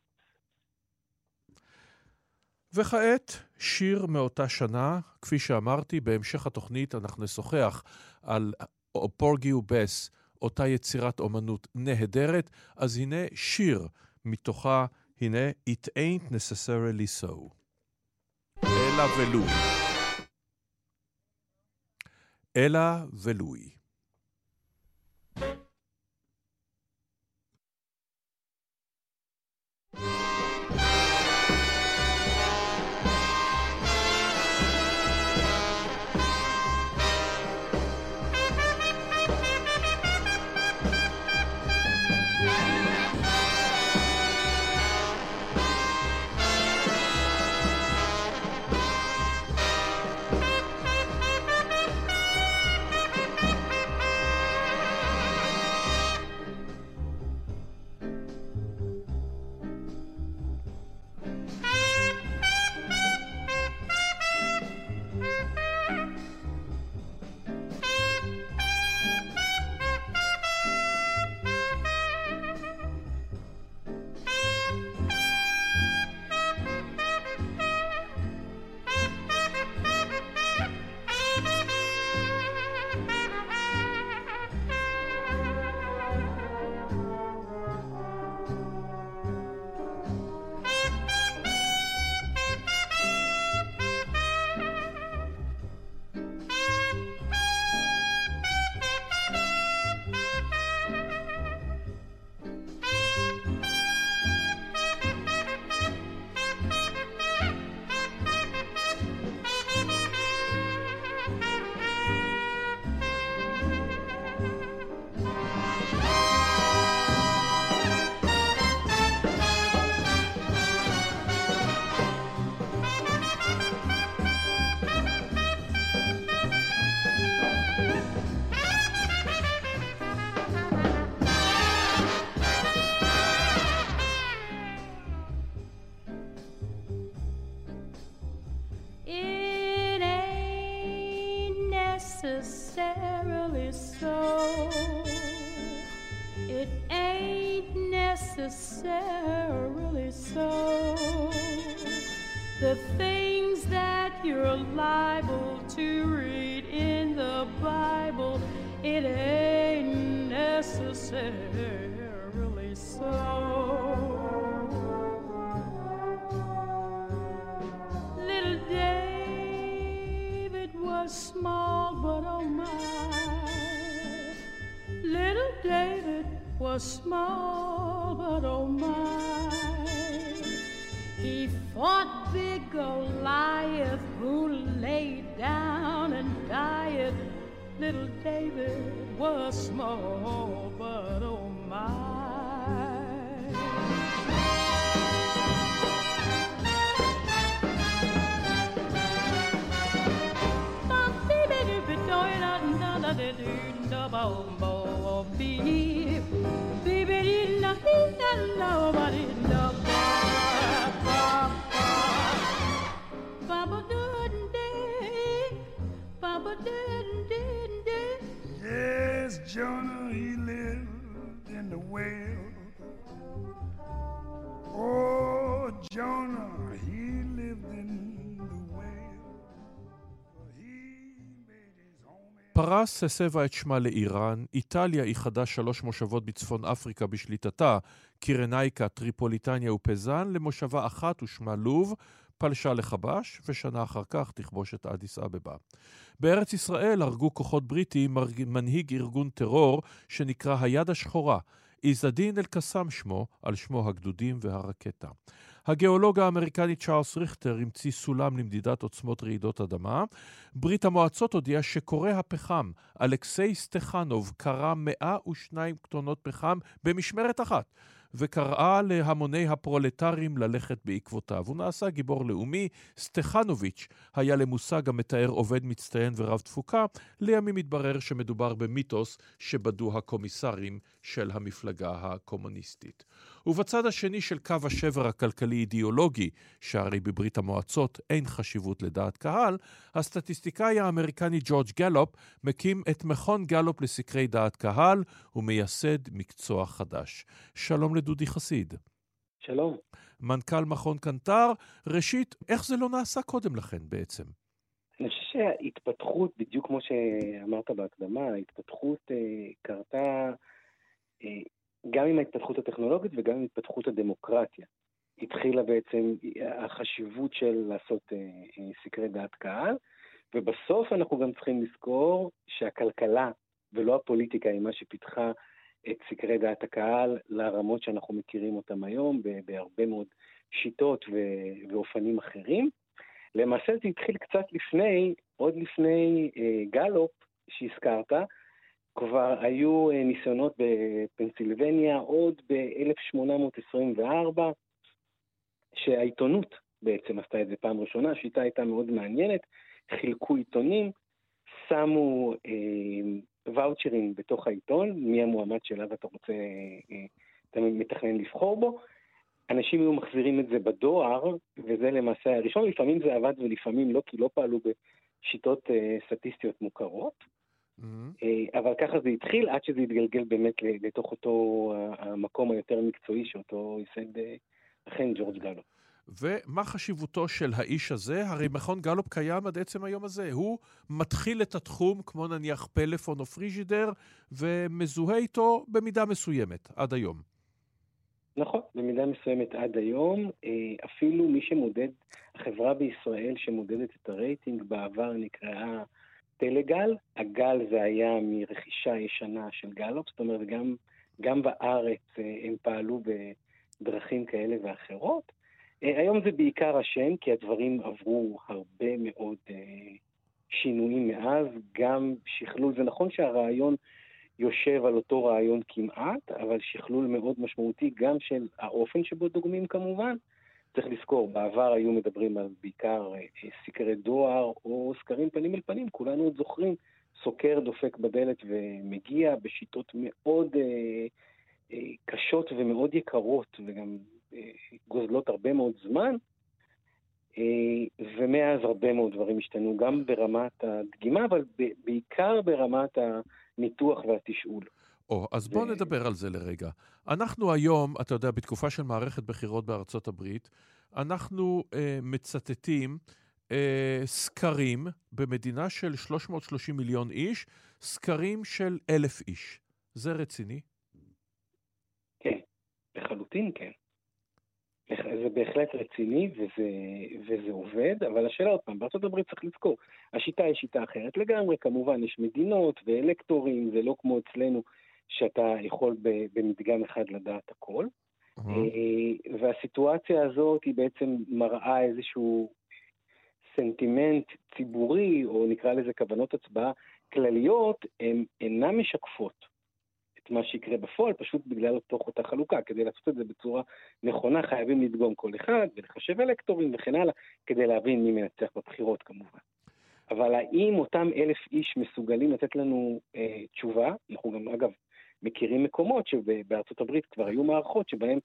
S3: וכעת, שיר מאותה שנה, כפי שאמרתי, בהמשך התוכנית אנחנו נשוחח על פורגי ובס, אותה יצירת אומנות נהדרת, אז הנה שיר מתוכה, הנה It Ain't Necessarily So. אלה ולוי. אלה ולוי.
S8: Necessarily so. It ain't necessarily so. The things that you're liable to read in the Bible, it ain't necessarily so. Little David was small, but oh my, little David was small, but oh my, he fought big Goliath, who laid down and died. Little David was small, but oh my.
S13: Yes, Jonah, he lived in the whale. Oh, Jonah, he lived in the whale.
S3: פרס הסבה את שמה לאיראן, איטליה איחדה 3 מושבות בצפון אפריקה בשליטתה, קירנייקה, טריפוליטניה ופזן, למושבה אחת ושמה לוב, פלשה לחבש, ושנה אחר כך תכבוש את אדיס אבבה. בארץ ישראל הרגו כוחות בריטים מנהיג ארגון טרור שנקרא היד השחורה, איזדין אל-קסאם שמו, על שמו הגדודים והרקטה. הגיאולוג האמריקני צ'ארלס ריכטר המציא סולם למדידת עוצמות רעידות אדמה. ברית המועצות הודיעה שקורא הפחם אלכסיי סטחנוב קרא 102 טונות פחם במשמרת אחת, וקראה להמוני הפרולטרים ללכת בעקבותיו. הוא נעשה גיבור לאומי. סטחנוביץ' היה למושג המתאר עובד מצטיין ורב תפוקה. לימים התברר שמדובר במיתוס שבדו הקומיסרים של המפלגה הקומוניסטית. ובצד השני של קו השבר הכלכלי-אידיאולוגי, שהרי בברית המועצות אין חשיבות לדעת קהל, הסטטיסטיקאי האמריקני ג'ורג' גלופ מקים את מכון גלופ לסקרי דעת קהל ומייסד מקצוע חדש. שלום לדודי חסיד.
S14: שלום.
S3: מנכ"ל מכון קנטר. ראשית, איך זה לא נעשה קודם לכן בעצם?
S14: אני חושב שההתפתחות, בדיוק כמו שאמרת בהקדמה, ההתפתחות קרתה גם עם ההתפתחות הטכנולוגית וגם עם התפתחות הדמוקרטיה. התחילה בעצם החשיבות של לעשות סקרי דעת קהל, ובסוף אנחנו גם צריכים לזכור שהכלכלה ולא הפוליטיקה היא מה שפיתחה את סקרי דעת הקהל לרמות שאנחנו מכירים אותם היום, בהרבה מאוד שיטות ואופנים אחרים. למעשה זה התחיל קצת לפני, עוד לפני גלופ שהזכרת, כבר היו ניסיונות בפנסילבניה עוד ב-1824, שהעיתונות בעצם עשתה את זה פעם ראשונה. השיטה הייתה מאוד מעניינת, חילקו עיתונים, שמו ואוצ'רים בתוך העיתון, מי המועמד שאליו אתה רוצה, אתה מתכנן לבחור בו, אנשים היו מחזירים את זה בדואר, וזה למעשה הראשון. לפעמים זה עבד ולפעמים לא, כי לא פעלו בשיטות סטטיסטיות מוכרות, אבל ככה זה התחיל, עד שזה התגלגל באמת לתוך אותו המקום היותר מקצועי שאותו ייסד אכן ג'ורג' גלופ.
S3: ומה חשיבותו של האיש הזה? הרי מכון גלופ קיים עד עצם היום הזה. הוא מתחיל את התחום כמו נניח פלאפון או פריג'ידר, ומזוהה איתו במידה מסוימת עד היום.
S14: נכון, במידה מסוימת עד היום. אפילו מי שמודד, החברה בישראל שמודדת את הרייטינג בעבר נקראה טלגל. הגל זה היה מרכישה ישנה של גלופ, זאת אומרת גם בארץ הם פעלו בדרכים כאלה ואחרות. היום זה בעיקר השם, כי הדברים עברו הרבה מאוד שינויים מאז, גם שכלול. זה נכון שהרעיון יושב על אותו רעיון כמעט, אבל שכלול מאוד משמעותי גם של האופן שבו דוגמים כמובן. צריך לזכור, בעבר היו מדברים על בעיקר סקרי דואר או סקרים פנים אל פנים. כולנו עוד זוכרים, סוקר דופק בדלת ומגיע בשיטות מאוד קשות ומאוד יקרות, וגם גוזלות הרבה מאוד זמן, ומאז הרבה מאוד דברים השתנו, גם ברמת הדגימה, אבל בעיקר ברמת הניתוח והתשאול.
S3: אז בואו נדבר על זה לרגע. אנחנו היום, אתה יודע, בתקופה של מערכת בחירות בארצות הברית, אנחנו מצטטים סקרים במדינה של 330 מיליון איש, סקרים של 1,000 איש. זה רציני?
S14: כן, לחלוטין כן. זה בהחלט רציני וזה עובד, אבל השאלה עוד פעם, בארצות הברית צריך לזכור, השיטה היא שיטה אחרת לגמרי, כמובן יש מדינות ואלקטורים, זה לא כמו אצלנו שאתה יכול במדגם אחד לדעת הכל, והסיטואציה הזאת היא בעצם מראה איזשהו סנטימנט ציבורי, או נקרא לזה כוונות הצבעה כלליות, הן אינן משקפות את מה שיקרה בפועל, פשוט בגלל אותה חלוקה. כדי לעשות את זה בצורה נכונה, חייבים לדגום כל אחד, ולחשב אלקטורים וכן הלאה, כדי להבין מי מנצח בבחירות כמובן. אבל האם אותם 1,000 איש מסוגלים לתת לנו תשובה? אנחנו גם אגב מכירים מקומות שבארצות הברית כבר היו מערכות שבהם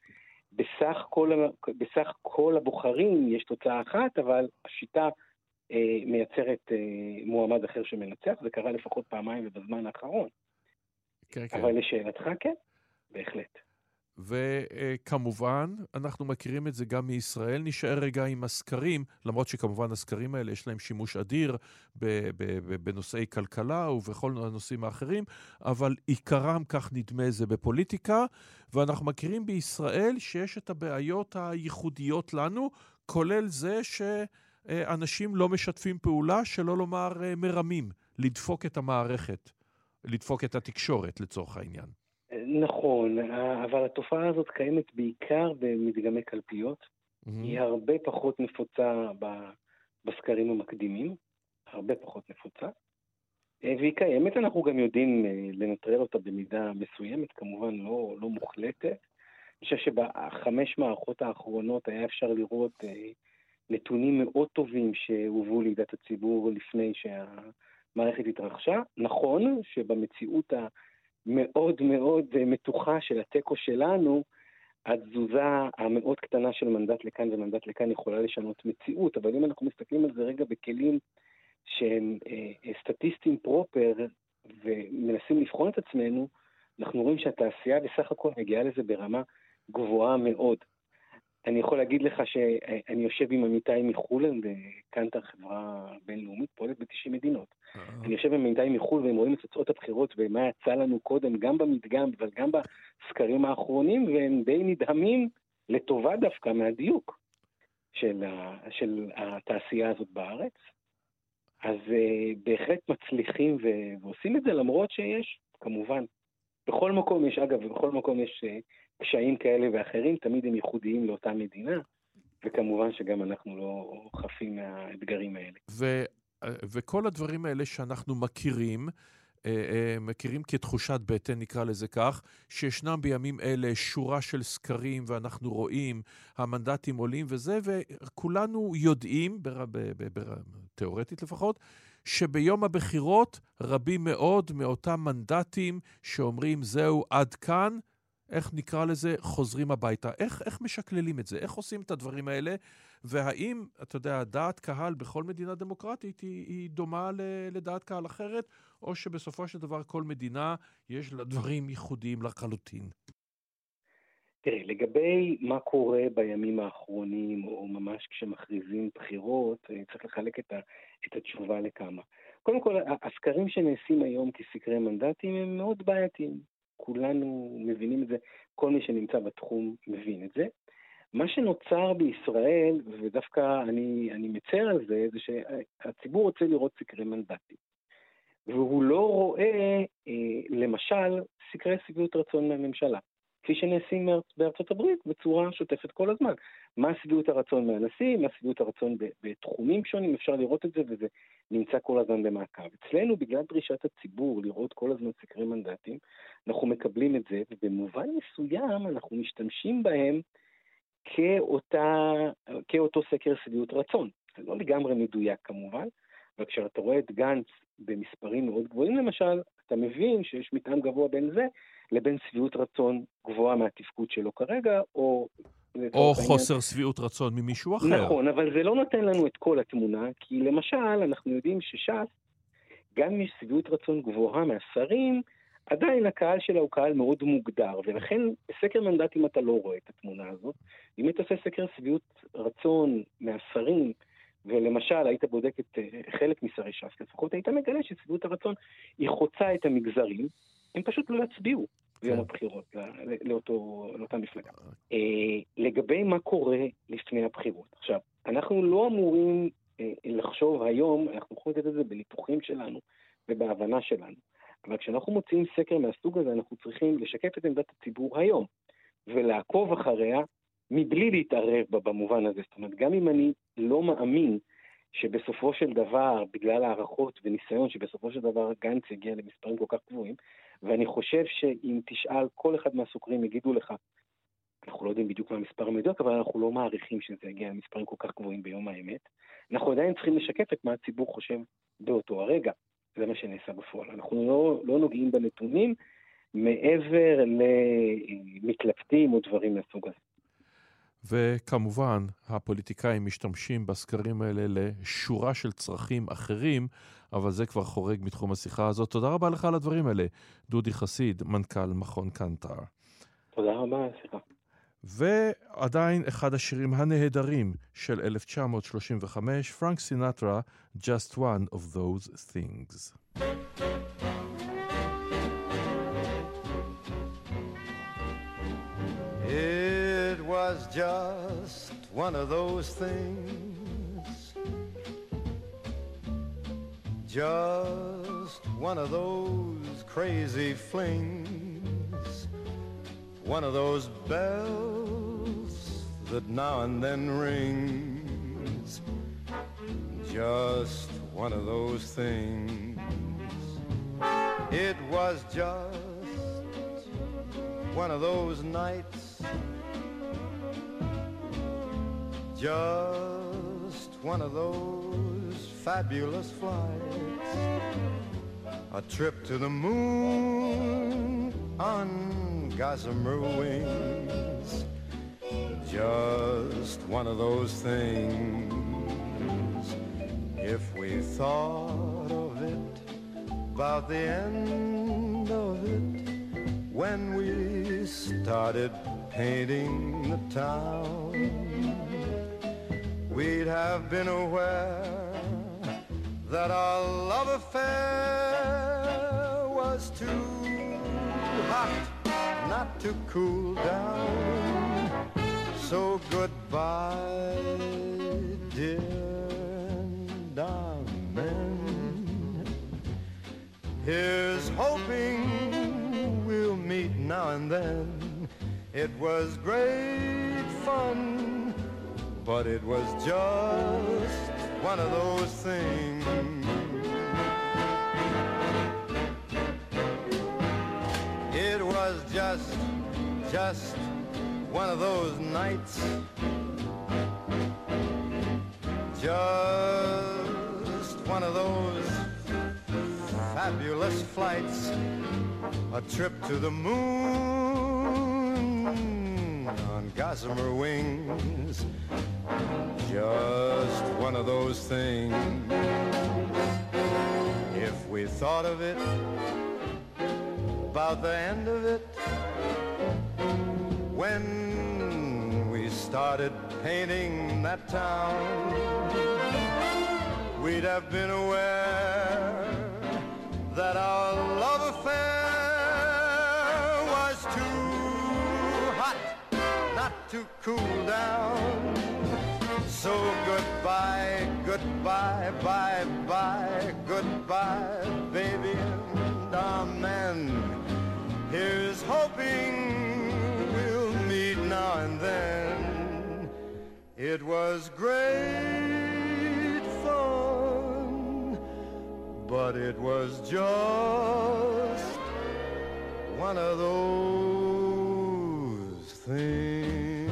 S14: בסך כל הבוחרים יש תוצאה אחת, אבל השיטה מייצרת מועמד אחר שמנצח. זה קרה לפחות פעמיים ובזמן האחרון. כן, אבל כן. לשאלתך כן, בהחלט.
S3: וכמובן, אנחנו מכירים את זה גם מישראל. נשאר רגע עם הסקרים, למרות שכמובן הסקרים האלה יש להם שימוש אדיר בנושאי כלכלה ובכל הנושאים האחרים, אבל עיקרם, כך נדמה, זה בפוליטיקה, ואנחנו מכירים בישראל שיש את הבעיות הייחודיות לנו, כולל זה שאנשים לא משתפים פעולה, שלא לומר מרמים, לדפוק את המערכת, לדפוק את התקשורת לצורך העניין.
S14: נכון, אבל התופעה הזאת קיימת בעיקר במדגמי קלפיות. היא הרבה פחות נפוצה בסקרים המקדימים, הרבה פחות נפוצה. והיא קיימת, אנחנו גם יודעים לנטרל אותה במידה מסוימת, כמובן לא מוחלטת. אני חושב שבחמש מערכות האחרונות היה אפשר לראות נתונים מאוד טובים שהובאו לידיעת הציבור לפני שהמערכת התרחשה. נכון שבמציאות המאוד מאוד מתוחה של הטקו שלנו, התזוזה המאוד קטנה של מנדט לכאן ומנדט לכאן יכולה לשנות מציאות, אבל אם אנחנו מסתכלים על זה רגע בכלים שהם סטטיסטיים פרופר ומנסים לבחון את עצמנו, אנחנו רואים שהתעשייה בסך הכל מגיעה לזה ברמה גבוהה מאוד. אני יכול להגיד לך שאני יושב עם עמיתי מחול, קנטר חברה בינלאומית, פועלת ב-90 מדינות. אני יושב עם עמיתי מחול והם רואים את תוצאות הבחירות ומה יצא לנו קודם, גם במדגם, אבל גם בסקרים האחרונים, והם די נדהמים לטובה דווקא מהדיוק של התעשייה הזאת בארץ. אז בהחלט מצליחים ועושים את זה, למרות שיש, כמובן, בכל מקום יש, אגב, בכל מקום יש קשיים כאלה ואחרים, תמיד הם ייחודיים לאותה מדינה, וכמובן שגם אנחנו לא חפים מהאתגרים האלה.
S3: וכל הדברים האלה שאנחנו מכירים כתחושת בטן, נקרא לזה כך, שישנם בימים אלה שורה של סקרים, ואנחנו רואים המנדטים עולים וזה, וכולנו יודעים, תיאורטית לפחות, שביום הבחירות רבים מאוד מאותם מנדטים שאומרים זהו עד כאן, איך נקרא לזה, חוזרים הביתה. איך משקללים את זה? איך עושים את הדברים האלה? והאם, אתה יודע, דעת קהל בכל מדינה דמוקרטית היא דומה לדעת קהל אחרת, או שבסופו של דבר כל מדינה יש לה דברים ייחודיים לחלוטין?
S14: תראה, לגבי מה קורה בימים האחרונים, או ממש כשמכריזים בחירות, צריך לחלק את התשובה לכמה. קודם כל, הסקרים שנעשים היום כסקרי מנדטים הם מאוד בעייתיים. כולנו מבינים את זה, כל מי שנמצא בתחום מבין את זה. מה שנוצר בישראל, ודווקא אני מצר על זה, זה שהציבור רוצה לראות סקרי מנדטים. והוא לא רואה, למשל, סקרי שביעות רצון מהממשלה, כפי שנעשים בארצות הברית בצורה שוטפת כל הזמן. מה שביעות הרצון מהנשיא, מה שביעות הרצון בתחומים שונים, אפשר לראות את זה, וזה נמצא כל הזמן במעקב. אצלנו, בגלל דרישת הציבור לראות כל הזמן סקרי מנדטים, אנחנו מקבלים את זה, ובמובן מסוים אנחנו משתמשים בהם כאותו סקר שביעות רצון. זה לא לגמרי מדויק כמובן, אבל כשאתה רואה את גנץ במספרים מאוד גבוהים למשל, אתה מבין שיש מתאם גבוה בין זה לבין שביעות רצון גבוהה מהתפקוד שלו כרגע, או
S3: חוסר שביעות רצון ממישהו אחר.
S14: נכון, אבל זה לא נותן לנו את כל התמונה, כי למשל אנחנו יודעים שש"ס, גם אם יש שביעות רצון גבוהה מהשרים, עדיין הקהל שלה הוא קהל מאוד מוגדר, ולכן בסקר מנדטים אתה לא רואה את התמונה הזאת. אם אתה עושה סקר שביעות רצון מהשרים, ולמשל היית בודק את חלק משרי ש"ס, לפחות היית מגלה ששביעות הרצון היא חוצה את המגזרים, הם פשוט לא יצביעו ביום הבחירות לאותה מפלגה. לגבי מה קורה לפני הבחירות. עכשיו, אנחנו לא אמורים לחשוב היום, אנחנו יכולים לתת את זה בניתוחים שלנו ובהבנה שלנו. אבל כשאנחנו מוצאים סקר מהסוג הזה, אנחנו צריכים לשקף את עמדת הציבור היום, ולעקוב אחריה מבלי להתערב בה במובן הזה. זאת אומרת, גם אם אני לא מאמין שבסופו של דבר, בגלל הערכות וניסיון, שבסופו של דבר גנץ יגיע למספרים כל כך גבוהים, ואני חושב שאם תשאל כל אחד מהסוקרים יגידו לך, אנחנו לא יודעים בדיוק מה המספר המדויק, אבל אנחנו לא מעריכים שזה יגיע למספרים כל כך גבוהים ביום האמת. אנחנו עדיין צריכים לשקף את מה הציבור חושב באותו הרגע. זה מה שנעשה בפועל. אנחנו לא נוגעים בנתונים מעבר למתלבטים או דברים מהסוג הזה.
S3: וכמובן, הפוליטיקאים משתמשים בסקרים האלה לשורה של צרכים אחרים, אבל זה כבר חורג מתחום השיחה הזאת. תודה רבה לך על הדברים האלה. דודי חסיד, מנכ"ל מכון קנטר.
S14: תודה רבה, סליחה.
S3: ועדיין אחד השירים הנהדרים של 1935, פרנק סינטרה, Just One of Those Things.
S6: It was just one of those things, just one of those crazy flings, one of those bells that now and then rings, just one of those things. It was just one of those nights, just one of those fabulous flights, a trip to the moon on gossamer wings, just one of those things. If we thought of it, about the end of it, when we started painting the town, we'd have been aware that our love affair was too hot not to cool down. So goodbye, dear, and amen. Here's hoping we'll meet now and then. It was great fun, but it was just one of those things. It was just one of those nights, just one of those fabulous flights, a trip to the moon on gossamer wings, just one of those things. If we thought of it, about the end of it, when we started painting that town, we'd have been aware that our love affair was too hot not to cool down. So goodbye, goodbye, bye, bye, goodbye, baby, and amen. Here's hoping we'll meet now and then. It was great fun, but it was just one of those things.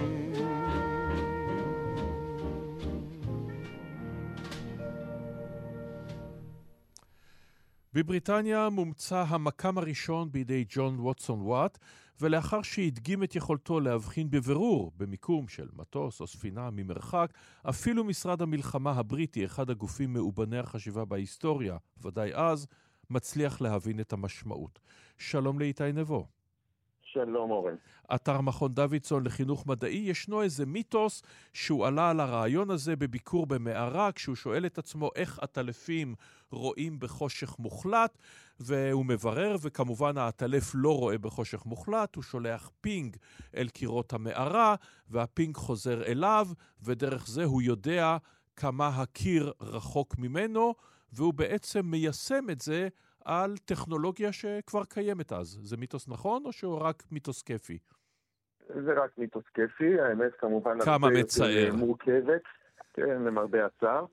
S3: בבריטניה מומצא המקם הראשון בידי ג'ון ווטסון וואט, ולאחר שהדגים את יכולתו להבחין בבירור במיקום של מטוס או ספינה ממרחק, אפילו משרד המלחמה הבריטי, אחד הגופים מאובני החשיבה בהיסטוריה, ודאי אז, מצליח להבין את המשמעות. שלום לאיתי נבו.
S5: שלום אורן.
S3: אתר מכון דוידסון לחינוך מדעי, ישנו איזה מיתוס שהוא עלה על הרעיון הזה בביקור במערה, כשהוא שואל את עצמו איך עטלפים רואים בחושך מוחלט, והוא מברר, וכמובן העטלף לא רואה בחושך מוחלט, הוא שולח פינג אל קירות המערה, והפינג חוזר אליו, ודרך זה הוא יודע כמה הקיר רחוק ממנו, והוא בעצם מיישם את זה על טכנולוגיה שכבר קיימת אז. זה מיתוס נכון או שהוא רק מיתוס כיפי?
S5: זה רק מיתוס כיפי, האמת כמובן
S3: כמה מצער.
S5: מורכבת, כן, למרבה הצער.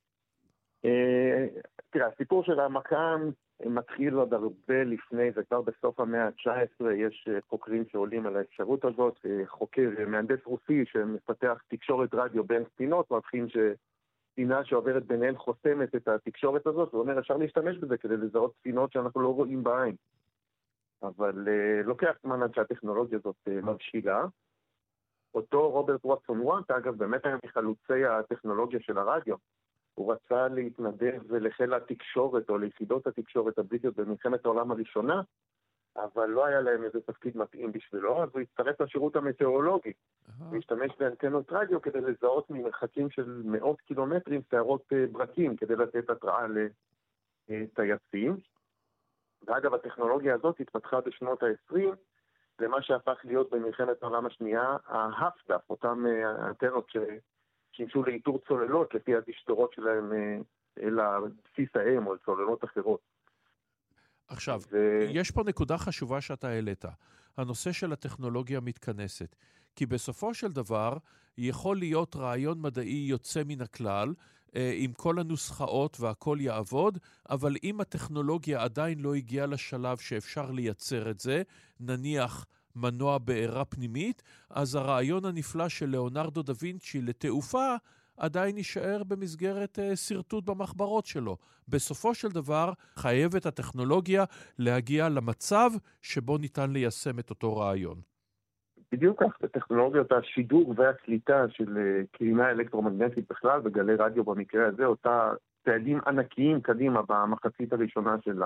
S5: תראה, הסיפור של המקם מתחיל עוד הרבה לפני, זה כבר בסוף המאה ה-19, יש חוקרים שעולים על האפשרות הזאת, חוקר, מהנדס רוסי שמפתח תקשורת רדיו בין ספינות, מבחין ספינה שעוברת ביניהן חוסמת את התקשורת הזאת, ואומר אפשר להשתמש בזה כדי לזהות ספינות שאנחנו לא רואים בעין. אבל לוקח זמן עד שהטכנולוגיה הזאת מבשילה. אותו רוברט ווטסון וואט, אגב, באמת היה מחלוצי הטכנולוגיה של הרדיו. הוא רצה להתנדב לחיל התקשורת או ליחידות התקשורת הבריטיות במלחמת העולם הראשונה, אבל לא היה להם איזה תפקיד מתאים בשבילו, אז הוא הצטרף לשירות המטאורולוגי. הוא השתמש באנטנות רדיו כדי לזהות ממרחקים של מאות קילומטרים שערות ברקים, כדי לתת התראה לטייסים. ואגב, הטכנולוגיה הזאת התפתחה בשנות ה-20, למה שהפך להיות במלחמת העולם השנייה, ההפדף, אותם אנטנות ששימשו לאיתור צוללות לפי התשתורות שלהם אל הבסיס האם או צוללות אחרות.
S3: עכשיו, יש פה נקודה חשובה שאתה העלית. הנושא של הטכנולוגיה מתכנסת. כי בסופו של דבר יכול להיות רעיון מדעי יוצא מן הכלל, עם כל הנוסחאות והכל יעבוד, אבל אם הטכנולוגיה עדיין לא הגיעה לשלב שאפשר לייצר את זה, נניח מנוע בעירה פנימית, אז הרעיון הנפלא של ליאונרדו דה וינצ'י לתעופה עדיין יישאר במסגרת סרטוט במחברות שלו. בסופו של דבר חייבת הטכנולוגיה להגיע למצב שבו ניתן ליישם את אותו רעיון.
S15: בדיוק כך, בטכנולוגיות השידור והקליטה של קרינה אלקטרומגנטית בכלל, בגלי רדיו במקרה הזה, אותה צעדים ענקיים קדימה במחצית הראשונה של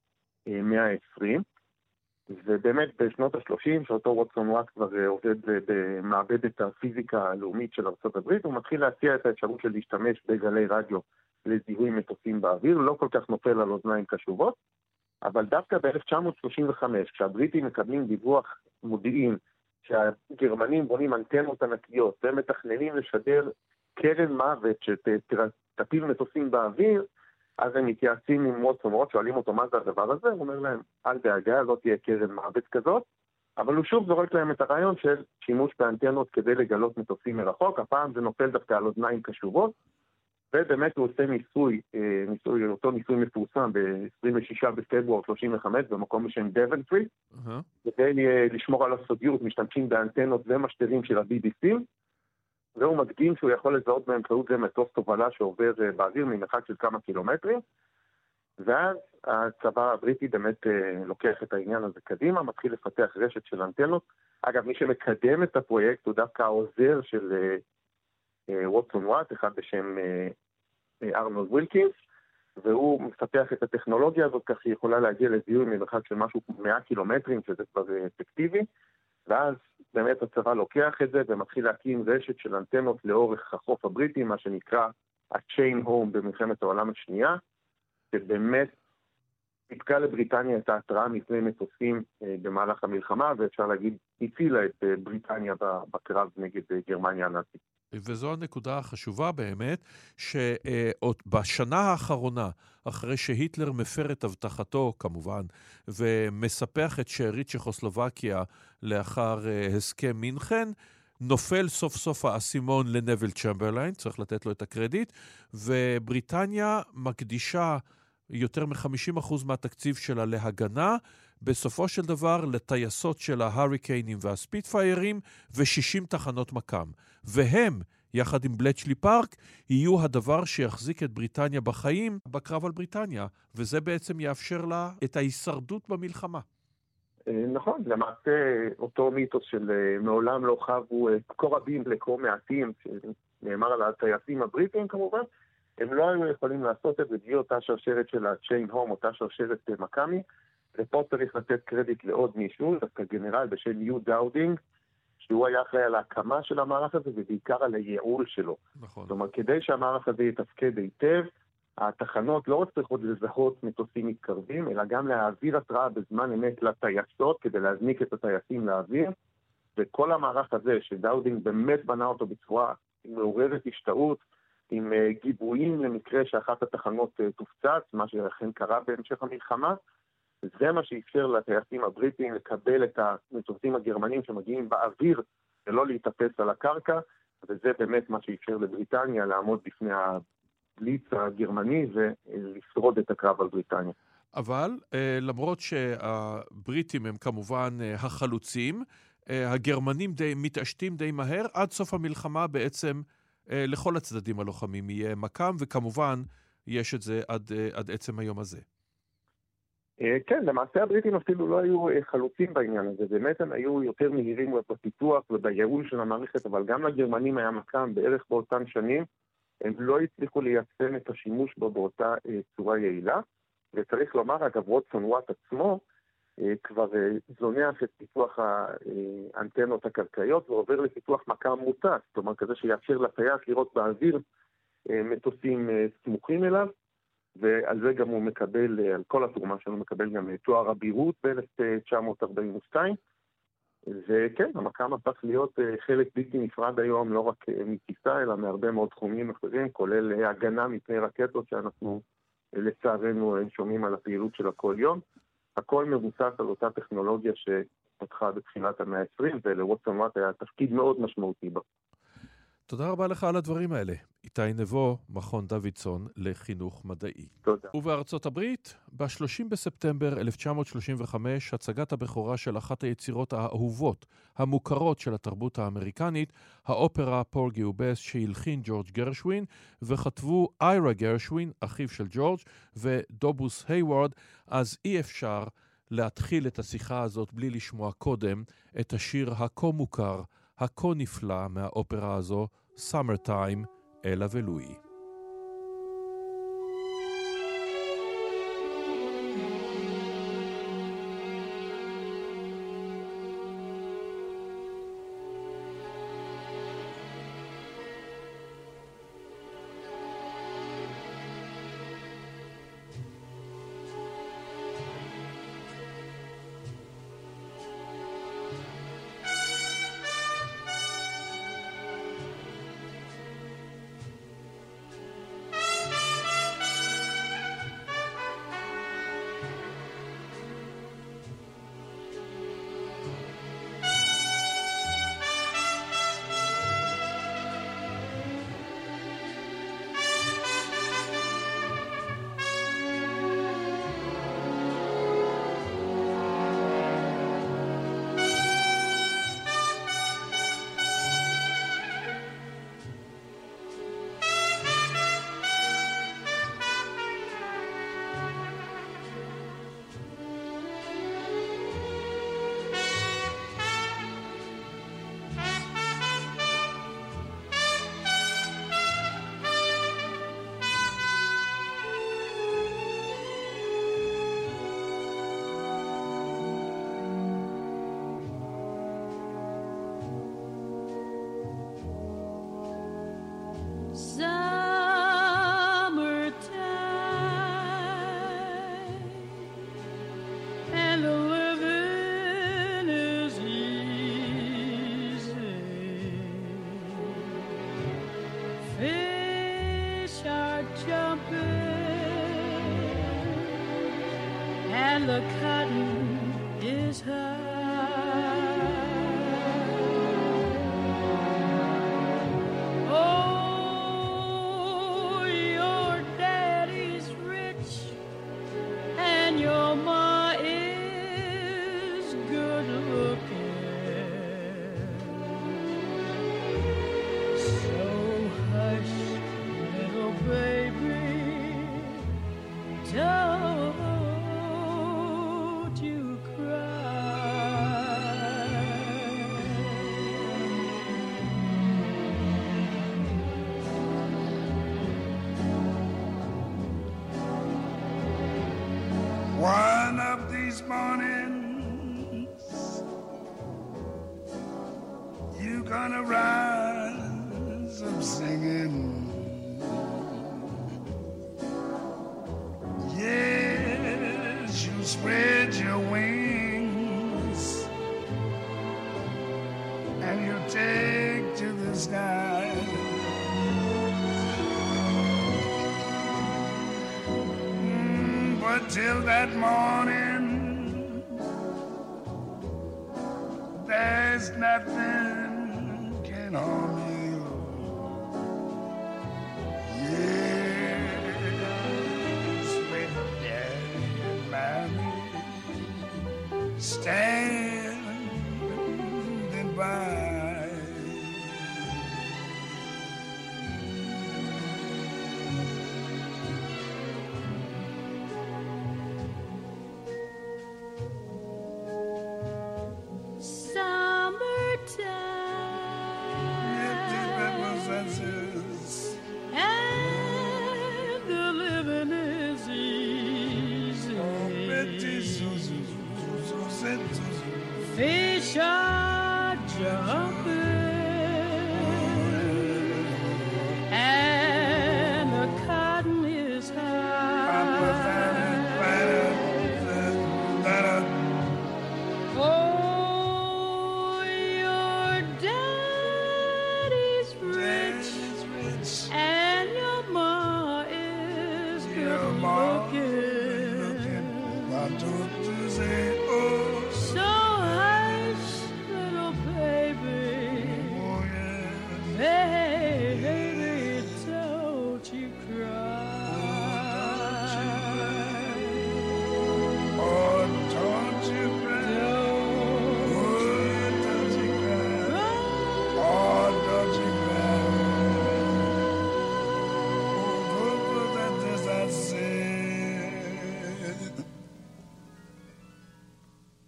S15: המאה ה-20, ובאמת בשנות ה-30, שאותו ווטסון וואט כבר עובד במעבדת הפיזיקה הלאומית של ארצות הברית, הוא מתחיל להציע את האפשרות של להשתמש בגלי רדיו לזיהוי מטוסים באוויר, לא כל כך נופל על אוזניים קשובות, אבל דווקא ב-1935, כשהבריטים מקבלים דיווח מודיעין, שהגרמנים בונים אנטנות ענקיות ומתכננים לשדר קרן מוות שתפיל מטוסים באוויר, אז הם מתייעצים עם ווטסון וואט, שואלים אותו מה זה הדבר הזה, הוא אומר להם, אל דאגה, לא תהיה קרן מוות כזאת, אבל הוא שוב זורק להם את הרעיון של שימוש באנטנות כדי לגלות מטוסים מרחוק, הפעם זה נופל דווקא על אוזניים קשובות, ובאמת הוא עושה אותו ניסוי מפורסם ב-26 בפברואר 35 במקום בשם דבנטרי, כדי לשמור על הסודיות משתמשים באנטנות ומשדרים של ה-BBC, והוא מקדים שהוא יכול לזהות באמצעות זה מטוס תובלה שעובר באוויר ממרחק של כמה קילומטרים, ואז הצבא הבריטי באמת לוקח את העניין הזה קדימה, מתחיל לפתח רשת של אנטנות. אגב, מי שמקדם את הפרויקט הוא דווקא העוזר של ווטסון וואט, אחד בשם ארנולד ווילקינס, והוא מפתח את הטכנולוגיה הזאת, כך היא יכולה להגיע לזיהוי ממרחק של משהו 100 קילומטרים, שזה כבר אפקטיבי, ואז באמת הצבא לוקח את זה ומתחיל להקים רשת של אנטנות לאורך החוף הבריטי, מה שנקרא ה-Chain Home במלחמת העולם השנייה, שבאמת סיפקה לבריטניה את ההתראה מפני מטוסים במהלך המלחמה, ואפשר להגיד, הצילה את בריטניה בקרב נגד גרמניה הנאצית.
S3: וזו הנקודה החשובה באמת, שעוד בשנה האחרונה, אחרי שהיטלר מפר את הבטחתו כמובן, ומספח את שארית צ'כוסלובקיה לאחר הסכם מינכן, נופל סוף סוף האסימון לנבל צ'מברליין, צריך לתת לו את הקרדיט, ובריטניה מקדישה יותר מ-50% מהתקציב שלה להגנה, בסופו של דבר לטייסות של ההריקיינים והספיטפיירים ו60 תחנות מקם. והם, יחד עם בלצ'לי פארק, יהיו הדבר שיחזיק את בריטניה בחיים בקרב על בריטניה, וזה בעצם יאפשר לה את ההישרדות במלחמה.
S15: נכון, למעשה אותו מיתוס של מעולם לא חבו כה רבים לכה מעטים, שנאמר על הטייסים הבריטים כמובן, הם לא היו יכולים לעשות את זה בלי אותה שרשרת של ה-Chain Home, אותה שרשרת מקאמי, ופה צריך לתת קרדיט לעוד מישהו, דווקא גנרל בשם יו דאודינג, שהוא היה אחראי על ההקמה של המערך הזה, ובעיקר על הייעול שלו.
S3: נכון.
S15: זאת אומרת, כדי שהמערך הזה יתפקד היטב, התחנות לא רק צריכות לזהות מטוסים מתקרבים, אלא גם להעביר התראה בזמן אמת לטייסות, כדי להזניק את הטייסים לאוויר, וכל המערך הזה, שדאודינג באמת בנה אותו בצורה מעוררת השתאות, עם גיבויים למקרה שאחת התחנות תופצץ, מה שאכן קרה בהמשך המלחמה, זה מה שאפשר לטייסים הבריטים לקבל את המטוסים הגרמנים שמגיעים באוויר ולא להתאפס על הקרקע, וזה באמת מה שאפשר לבריטניה לעמוד בפני הבליץ הגרמני ולשרוד את הקרב על בריטניה.
S3: אבל למרות שהבריטים הם כמובן החלוצים, הגרמנים מתעשתים די מהר, עד סוף המלחמה בעצם לכל הצדדים הלוחמים יהיה מקם, וכמובן יש את זה עד עצם היום הזה.
S15: כן, למעשה הבריטים אפילו לא היו חלוצים בעניין הזה, באמת הם היו יותר מהירים בפיתוח ובייעול של המערכת, אבל גם לגרמנים היה מקם בערך באותן שנים, הם לא הצליחו ליישם את השימוש בו באותה צורה יעילה, וצריך לומר, אגב, ווטסון וואט עצמו כבר זונח את פיתוח האנטנות הקרקעיות ועובר לפיתוח מקם מוטס, זאת אומרת כזה שיאפשר לטייס לראות באוויר מטוסים סמוכים אליו, ועל זה גם הוא מקבל, על כל התרומה שלו מקבל גם תואר אבירות ב-1942, וכן, המקם הפך להיות חלק בלתי נפרד היום, לא רק מטיסה, אלא מהרבה מאוד תחומים אחרים, כולל הגנה מפני רקטות שאנחנו לצערנו שומעים על הפעילות שלה כל יום. הכל מבוסס על אותה טכנולוגיה התפתחה בתחילת המאה ה-20, ולווטסון ראט היה תפקיד מאוד משמעותי בה.
S3: תודה רבה לך על הדברים האלה. איתי נבו, מכון דוידסון לחינוך מדעי.
S15: תודה.
S3: ובארצות הברית, ב-30 בספטמבר 1935, הצגת הבכורה של אחת היצירות האהובות, המוכרות של התרבות האמריקנית, האופרה פורגי ובס, שהלחין ג'ורג' גרשווין, וכתבו איירה גרשווין, אחיו של ג'ורג', ודובוס היוורד. אז אי אפשר להתחיל את השיחה הזאת בלי לשמוע קודם את השיר הכה מוכר, הכה נפלא מהאופרה הזו, Summertime, אלה ולואי.
S8: The cotton is high. Oh, your daddy's rich and your ma is good looking. So hush, little baby, don't
S13: one of these mornings you gonna rise up singing. Yes, you spread your wings and you take to the sky. But till that morning, there's nothing can harm you. Yes, with daddy and mommy standing by.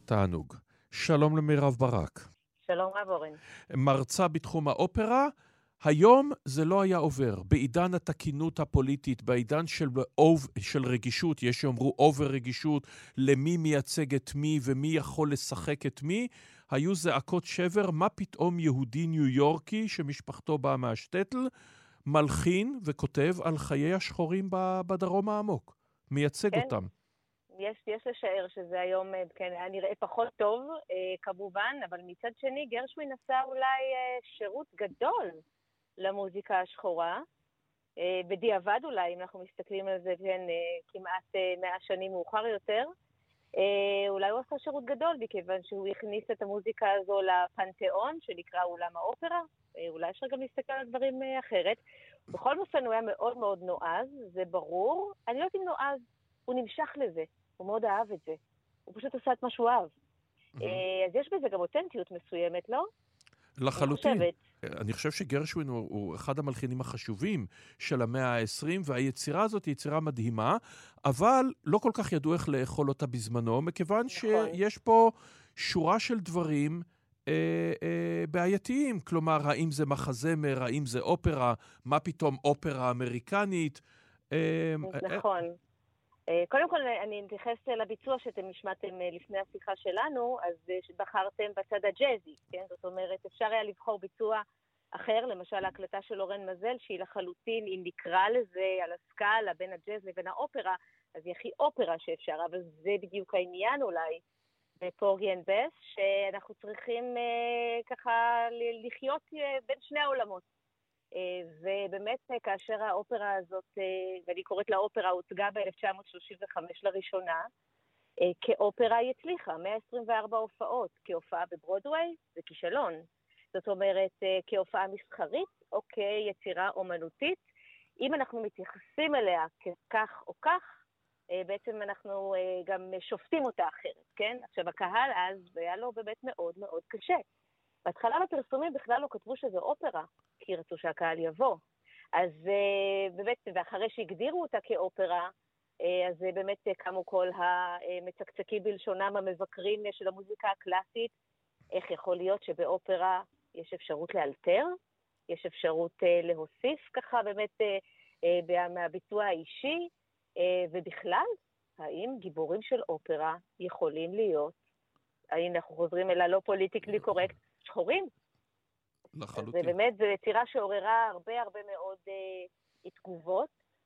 S3: תענוג. שלום למירב ברק.
S16: שלום רב אורן.
S3: מרצה בתחום האופרה. היום זה לא היה עובר. בעידן התקינות הפוליטית, בעידן של רגישות, יש שאומרו אובר רגישות, למי מייצג את מי ומי יכול לשחק את מי, היו זעקות שבר, מה פתאום יהודי ניו יורקי שמשפחתו באה מהשטטל, מלחין וכותב על חיי השחורים בדרום העמוק. מייצג
S16: כן.
S3: אותם.
S16: יש לשער שזה היום כן, היה נראה פחות טוב, כמובן, אבל מצד שני גרשווין עשה אולי שירות גדול למוזיקה השחורה, בדיעבד אולי, אם אנחנו מסתכלים על זה כן, כמעט 100 שנים מאוחר יותר, אולי הוא עשה שירות גדול, מכיוון שהוא הכניס את המוזיקה הזו לפנתיאון, שנקרא אולם האופרה, אולי אפשר גם להסתכל על דברים אחרת. בכל אופן הוא היה מאוד מאוד נועז, זה ברור, אני לא יודעת אם נועז, הוא נמשך לזה, הוא מאוד אהב את זה, הוא פשוט עשה את מה שהוא אהב. אז יש בזה גם אותנטיות מסוימת, לא?
S3: לחלוטין. אני חושב שגרשווין הוא אחד המלחינים החשובים של המאה ה-20, והיצירה הזאת היא יצירה מדהימה, אבל לא כל כך ידעו איך לאכול אותה בזמנו, מכיוון שיש פה שורה של דברים בעייתיים. כלומר, האם זה מחזמר, האם זה אופרה, מה פתאום אופרה אמריקנית.
S16: נכון. קודם כל, אני אתייחס לביצוע שאתם השמעתם לפני השיחה שלנו, אז בחרתם בצד הג'אזי, כן? זאת אומרת, אפשר היה לבחור ביצוע אחר, למשל ההקלטה של אורן מזל, שהיא לחלוטין, אם נקרא לזה על הסקאלה בין הג'אז לבין האופרה, אז היא הכי אופרה שאפשר, אבל זה בדיוק העניין אולי, בפורגי אנד בס, שאנחנו צריכים ככה לחיות בין שני העולמות. ובאמת כאשר האופרה הזאת, ואני קוראת לה אופרה, הוצגה ב-1935 לראשונה, כאופרה היא הצליחה, 124 הופעות, כהופעה בברודווי זה כישלון. זאת אומרת, כהופעה מסחרית או כיצירה אומנותית, אם אנחנו מתייחסים אליה ככך או כך, בעצם אנחנו גם שופטים אותה אחרת, כן? עכשיו הקהל אז היה לו באמת מאוד מאוד קשה. בהתחלה בפרסומים בכלל לא כתבו שזה אופרה, כי רצו שהקהל יבוא. אז באמת, ואחרי שהגדירו אותה כאופרה, אז באמת קמו כל המצקצקים בלשונם המבקרים של המוזיקה הקלאסית, איך יכול להיות שבאופרה יש אפשרות לאלתר, יש אפשרות להוסיף ככה באמת מהביצוע האישי, ובכלל, האם גיבורים של אופרה יכולים להיות, האם אנחנו חוזרים אל הלא פוליטיקלי קורקט, שחורים?
S3: לחלוטין.
S16: זה באמת, זו יצירה שעוררה הרבה מאוד תגובות,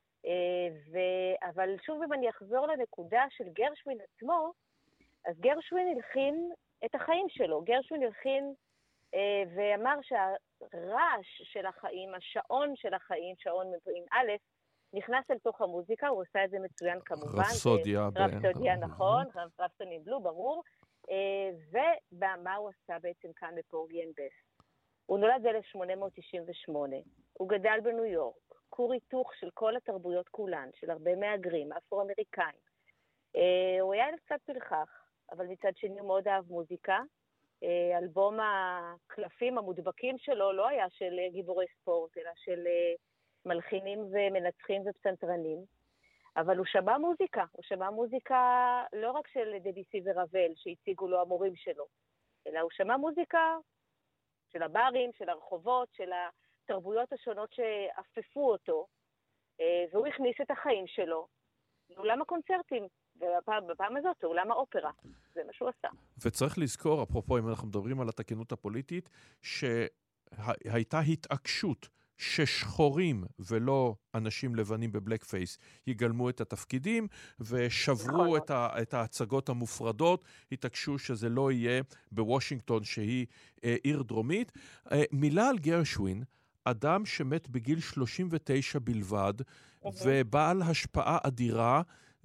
S16: אבל שוב אם אני אחזור לנקודה של גרשווין עצמו, אז גרשווין הלחין את החיים שלו. גרשווין הלחין ואמר שהרעש של החיים, השעון של החיים, שעון עם א', נכנס אל תוך המוזיקה, הוא עושה את זה מצוין כמובן. רפסודיה, נכון, רפסודי בלו, ברור. ומה הוא עשה בעצם כאן בפורגי אנד בס? הוא נולד ב-1898, הוא גדל בניו יורק, כור היתוך של כל התרבויות כולן, של הרבה מהגרים, אפרו-אמריקאים. הוא היה קצת פרחח, אבל מצד שני הוא מאוד אהב מוזיקה. אלבום הקלפים המודבקים שלו לא היה של גיבורי ספורט, אלא של מלחינים ומנצחים ופסנתרנים. אבל הוא שמע מוזיקה, הוא שמע מוזיקה לא רק של דביסי ורבל שהציגו לו המורים שלו, אלא הוא שמע מוזיקה של הברים, של הרחובות, של התרבויות השונות שאפפו אותו, והוא הכניס את החיים שלו לעולם הקונצרטים, ובפעם הזאת לעולם האופרה. זה מה שהוא עשה.
S3: וצריך לזכור, אפרופו אם אנחנו מדברים על התקינות הפוליטית, שהייתה התעקשות ששחורים ולא אנשים לבנים בבלק פייס יגלמו את התפקידים ושברו את ההצגות המופרדות, התעקשו שזה לא יהיה בוושינגטון שהיא עיר דרומית. מילה על גרשווין, אדם שמת בגיל 39 בלבד ובעל השפעה אדירה,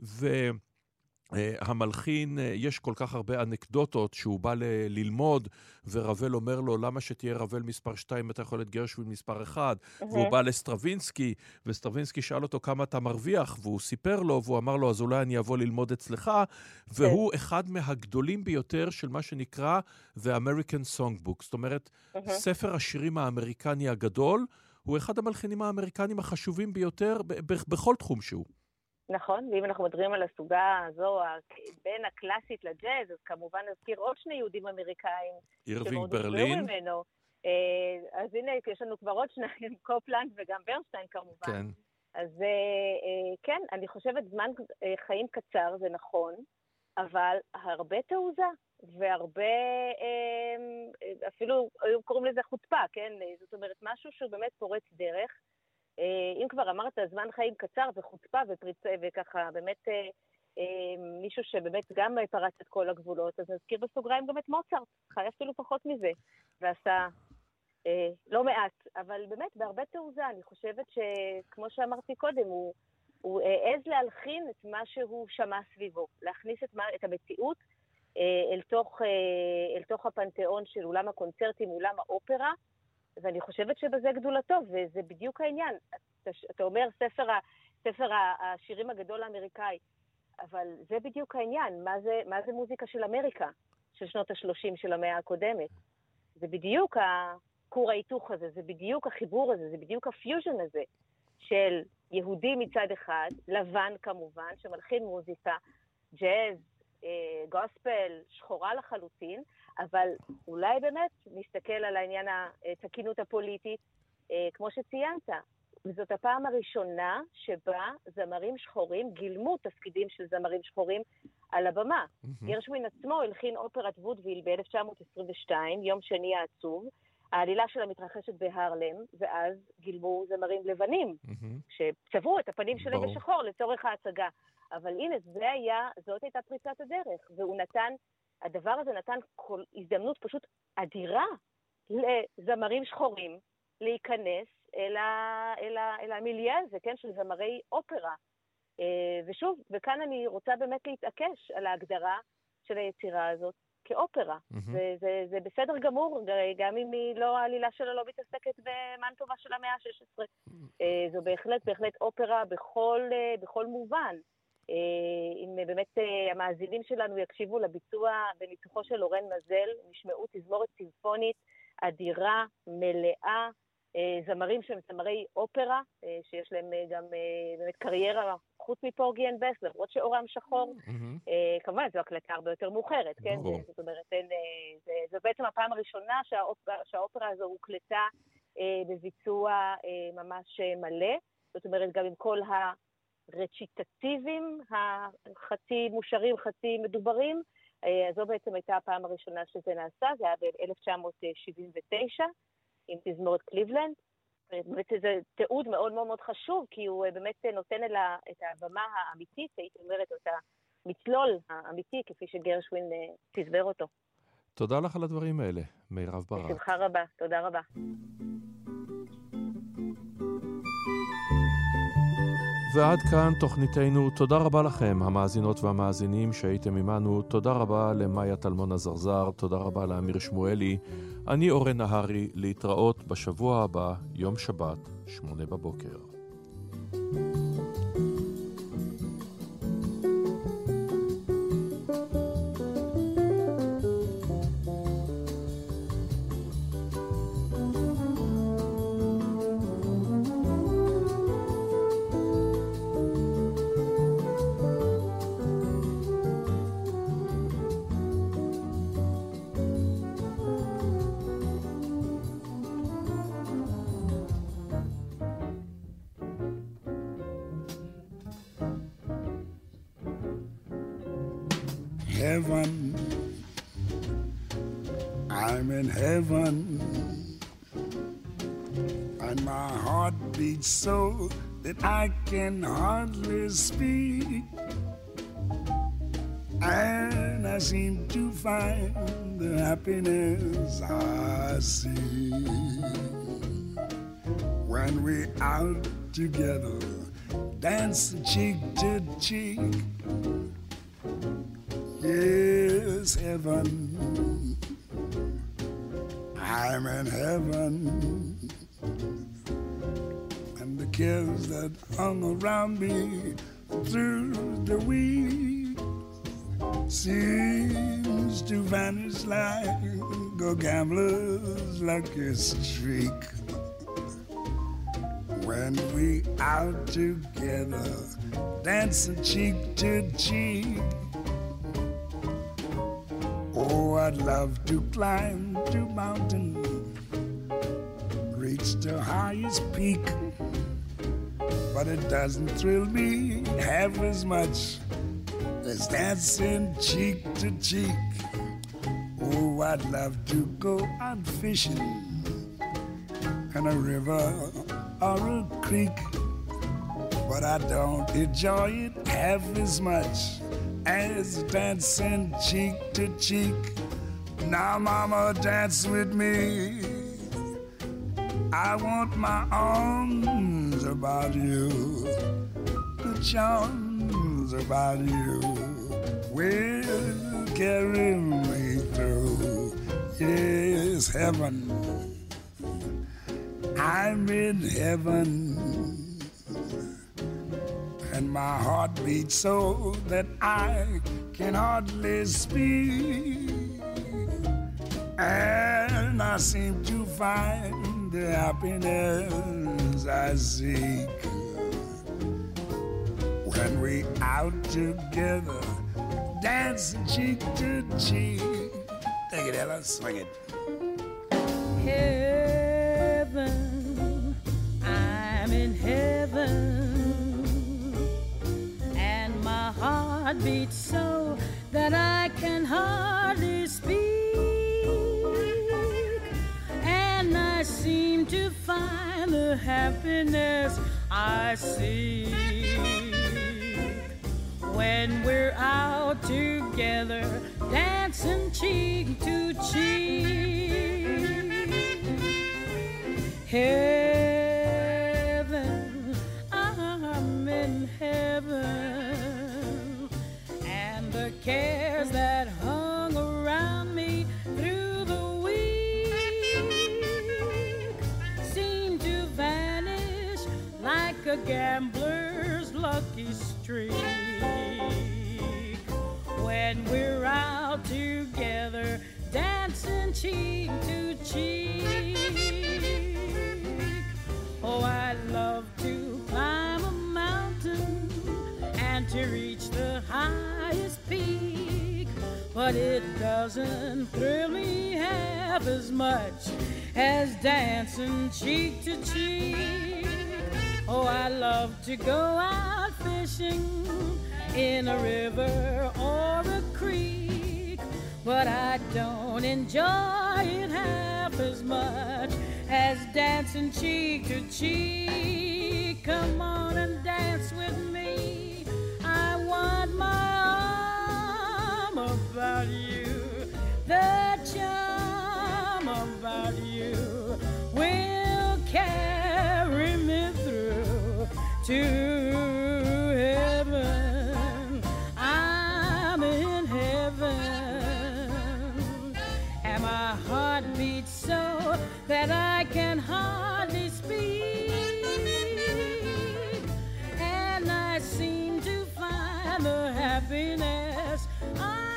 S3: המלחין, יש כל כך הרבה אנקדוטות שהוא בא ללמוד, ורבל אומר לו, למה שתהיה רבל מספר 2, אתה יכול את גרשווין מספר 1, והוא בא לסטרווינסקי, וסטרווינסקי שאל אותו כמה אתה מרוויח, והוא סיפר לו, והוא אמר לו, אז אולי אני אבוא ללמוד אצלך, והוא אחד מהגדולים ביותר של מה שנקרא The American Songbook, זאת אומרת, ספר השירים האמריקני הגדול, הוא אחד המלחינים האמריקנים החשובים ביותר בכל תחום שהוא.
S16: נכון, ואם אנחנו מדברים על הסוגה הזו, בין הקלאסית לג'אז, אז כמובן נזכיר עוד שני יהודים אמריקאים.
S3: אירווינג ברלין.
S16: אז הנה, יש לנו כבר עוד שניים, קופלנד וגם ברנשטיין כמובן.
S3: כן.
S16: אז כן, אני חושבת זמן חיים קצר, זה נכון, אבל הרבה תעוזה, והרבה, אפילו היו קוראים לזה חוצפה, כן? זאת אומרת, משהו שהוא באמת פורץ דרך. אם כבר אמרת זמן חיים קצר וחוצפה וככה באמת מישהו שבאמת גם פרץ את כל הגבולות, אז נזכיר בסוגריים גם את מוצרט, חי אפילו פחות מזה, ועשה לא מעט, אבל באמת בהרבה תעוזה. אני חושבת שכמו שאמרתי קודם, הוא העז להלחין את מה שהוא שמע סביבו, להכניס את המציאות אל תוך הפנתיאון של אולם הקונצרטים, אולם האופרה, ואני חושבת שבזה גדולתו, וזה בדיוק העניין. אתה אומר ספר השירים הגדול האמריקאי, אבל זה בדיוק העניין. מה זה מוזיקה של אמריקה, של שנות ה-30 של המאה הקודמת? זה בדיוק הכור ההיתוך הזה, זה בדיוק החיבור הזה, זה בדיוק הפיוז'ן הזה, של יהודי מצד אחד, לבן כמובן, שמלחין מוזיקה, ג'אז, גוספל, שחורה לחלוטין, אבל אולי באמת נסתכל על העניין התקינות הפוליטית, כמו שציינת. וזאת הפעם הראשונה שבה זמרים שחורים גילמו תפקידים של זמרים שחורים על הבמה. גרשווין עצמו הלחין אופרת וודוויל ב-1922, יום שני העצוב. העלילה שלה מתרחשת בהרלם, ואז גילמו זמרים לבנים, שצבעו את הפנים שלהם בשחור לצורך ההצגה. אבל הנה, זאת הייתה פריצת הדרך, הדבר הזה נתן הזדמנות פשוט אדירה לזמרים שחורים להיכנס אל המיליה הזה, כן, של זמרי אופרה. ושוב, וכאן אני רוצה באמת להתעקש על ההגדרה של היצירה הזאת כאופרה. זה בסדר גמור, גם אם העלילה שלה לא מתעסקת במנטובה של המאה ה-16. זו בהחלט אופרה בכל מובן. אם באמת המאזינים שלנו יקשיבו לביצוע בניצוחו של לורן מזל, נשמעו תזמורת סימפונית אדירה, מלאה, זמרים שהם זמרי אופרה, שיש להם גם באמת קריירה חוץ מפורגי אנד בסט, למרות שאורם שחור, כמובן זו הקלטה הרבה יותר מאוחרת, כן? זאת אומרת, זו בעצם הפעם הראשונה שהאופרה הזו הוקלטה בביצוע ממש מלא, זאת אומרת גם עם כל הרציטטיביים, החצי מושרים, חצי מדוברים, אז זו בעצם הייתה הפעם הראשונה שזה נעשה, זה היה ב-1979, עם תזמורת קליבלנד. זה תיעוד מאוד מאוד מאוד חשוב, כי הוא באמת נותן את הבמה האמיתית, הייתי אומרת, את המצלול האמיתי, כפי שגרשווין תסבר אותו.
S3: תודה לך על הדברים האלה, מירב ברק.
S16: בשמחה רבה, תודה רבה.
S3: ועד כאן תוכניתנו. תודה רבה לכם, המאזינות והמאזינים שהייתם עמנו. תודה רבה למאיה טלמון הזרזר, תודה רבה לאמיר שמואלי. אני אורן נהרי, להתראות בשבוע הבא, יום שבת, 8 בבוקר.
S13: Heaven, I'm in heaven, and my heart beats so that I can hardly speak, and I seem to find the happiness I see when we're out together, dance cheek to cheek. Yes, heaven, I'm in heaven, and the cares that hung around me through the week seems to vanish like a gambler's lucky streak. When we out together, dancing cheek to cheek. Oh, I'd love to climb to mountain, reach the highest peak, but it doesn't thrill me half as much as dancing cheek to cheek. Oh, I'd love to go out fishing in a river or a creek, but I don't enjoy it half as much as dancing cheek to cheek. Now, mama, dance with me. I want my arms about you, the charms about you will carry me through. Yes, heaven, I'm in heaven, and my heart beats so that I can hardly speak, and I seem to find the happiness I seek when we out together, dancing cheek to cheek. Take it, Ella, swing it.
S8: Heaven, I'm in heaven, and my heart beats so that I can hardly speak, and I seem to find the happiness I seek when we're out together, dancing cheek to cheek. Heaven, I'm in heaven, and the cares that hung around me through the week seem to vanish like a gambler's lucky streak when we're out together, dancing cheek to cheek. Oh, I love to climb a mountain and to reach the highest peak, but it doesn't thrill me half as much as dancing cheek to cheek. Oh, I love to go out fishing in a river or a creek, but I don't enjoy it half as much as dancing cheek to cheek. Come on and dance with me. I want my arm about you. The charm about you will carry me through to heaven. I'm in heaven, and my heart beats so that I can hardly speak, and I seem to find the happiness I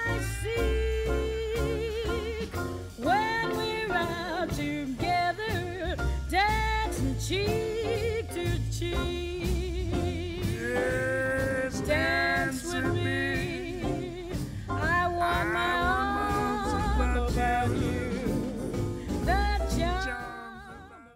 S8: seek when we're out together, dancing cheek to cheek.
S13: Yes,
S8: dance with me. I want my arms about you.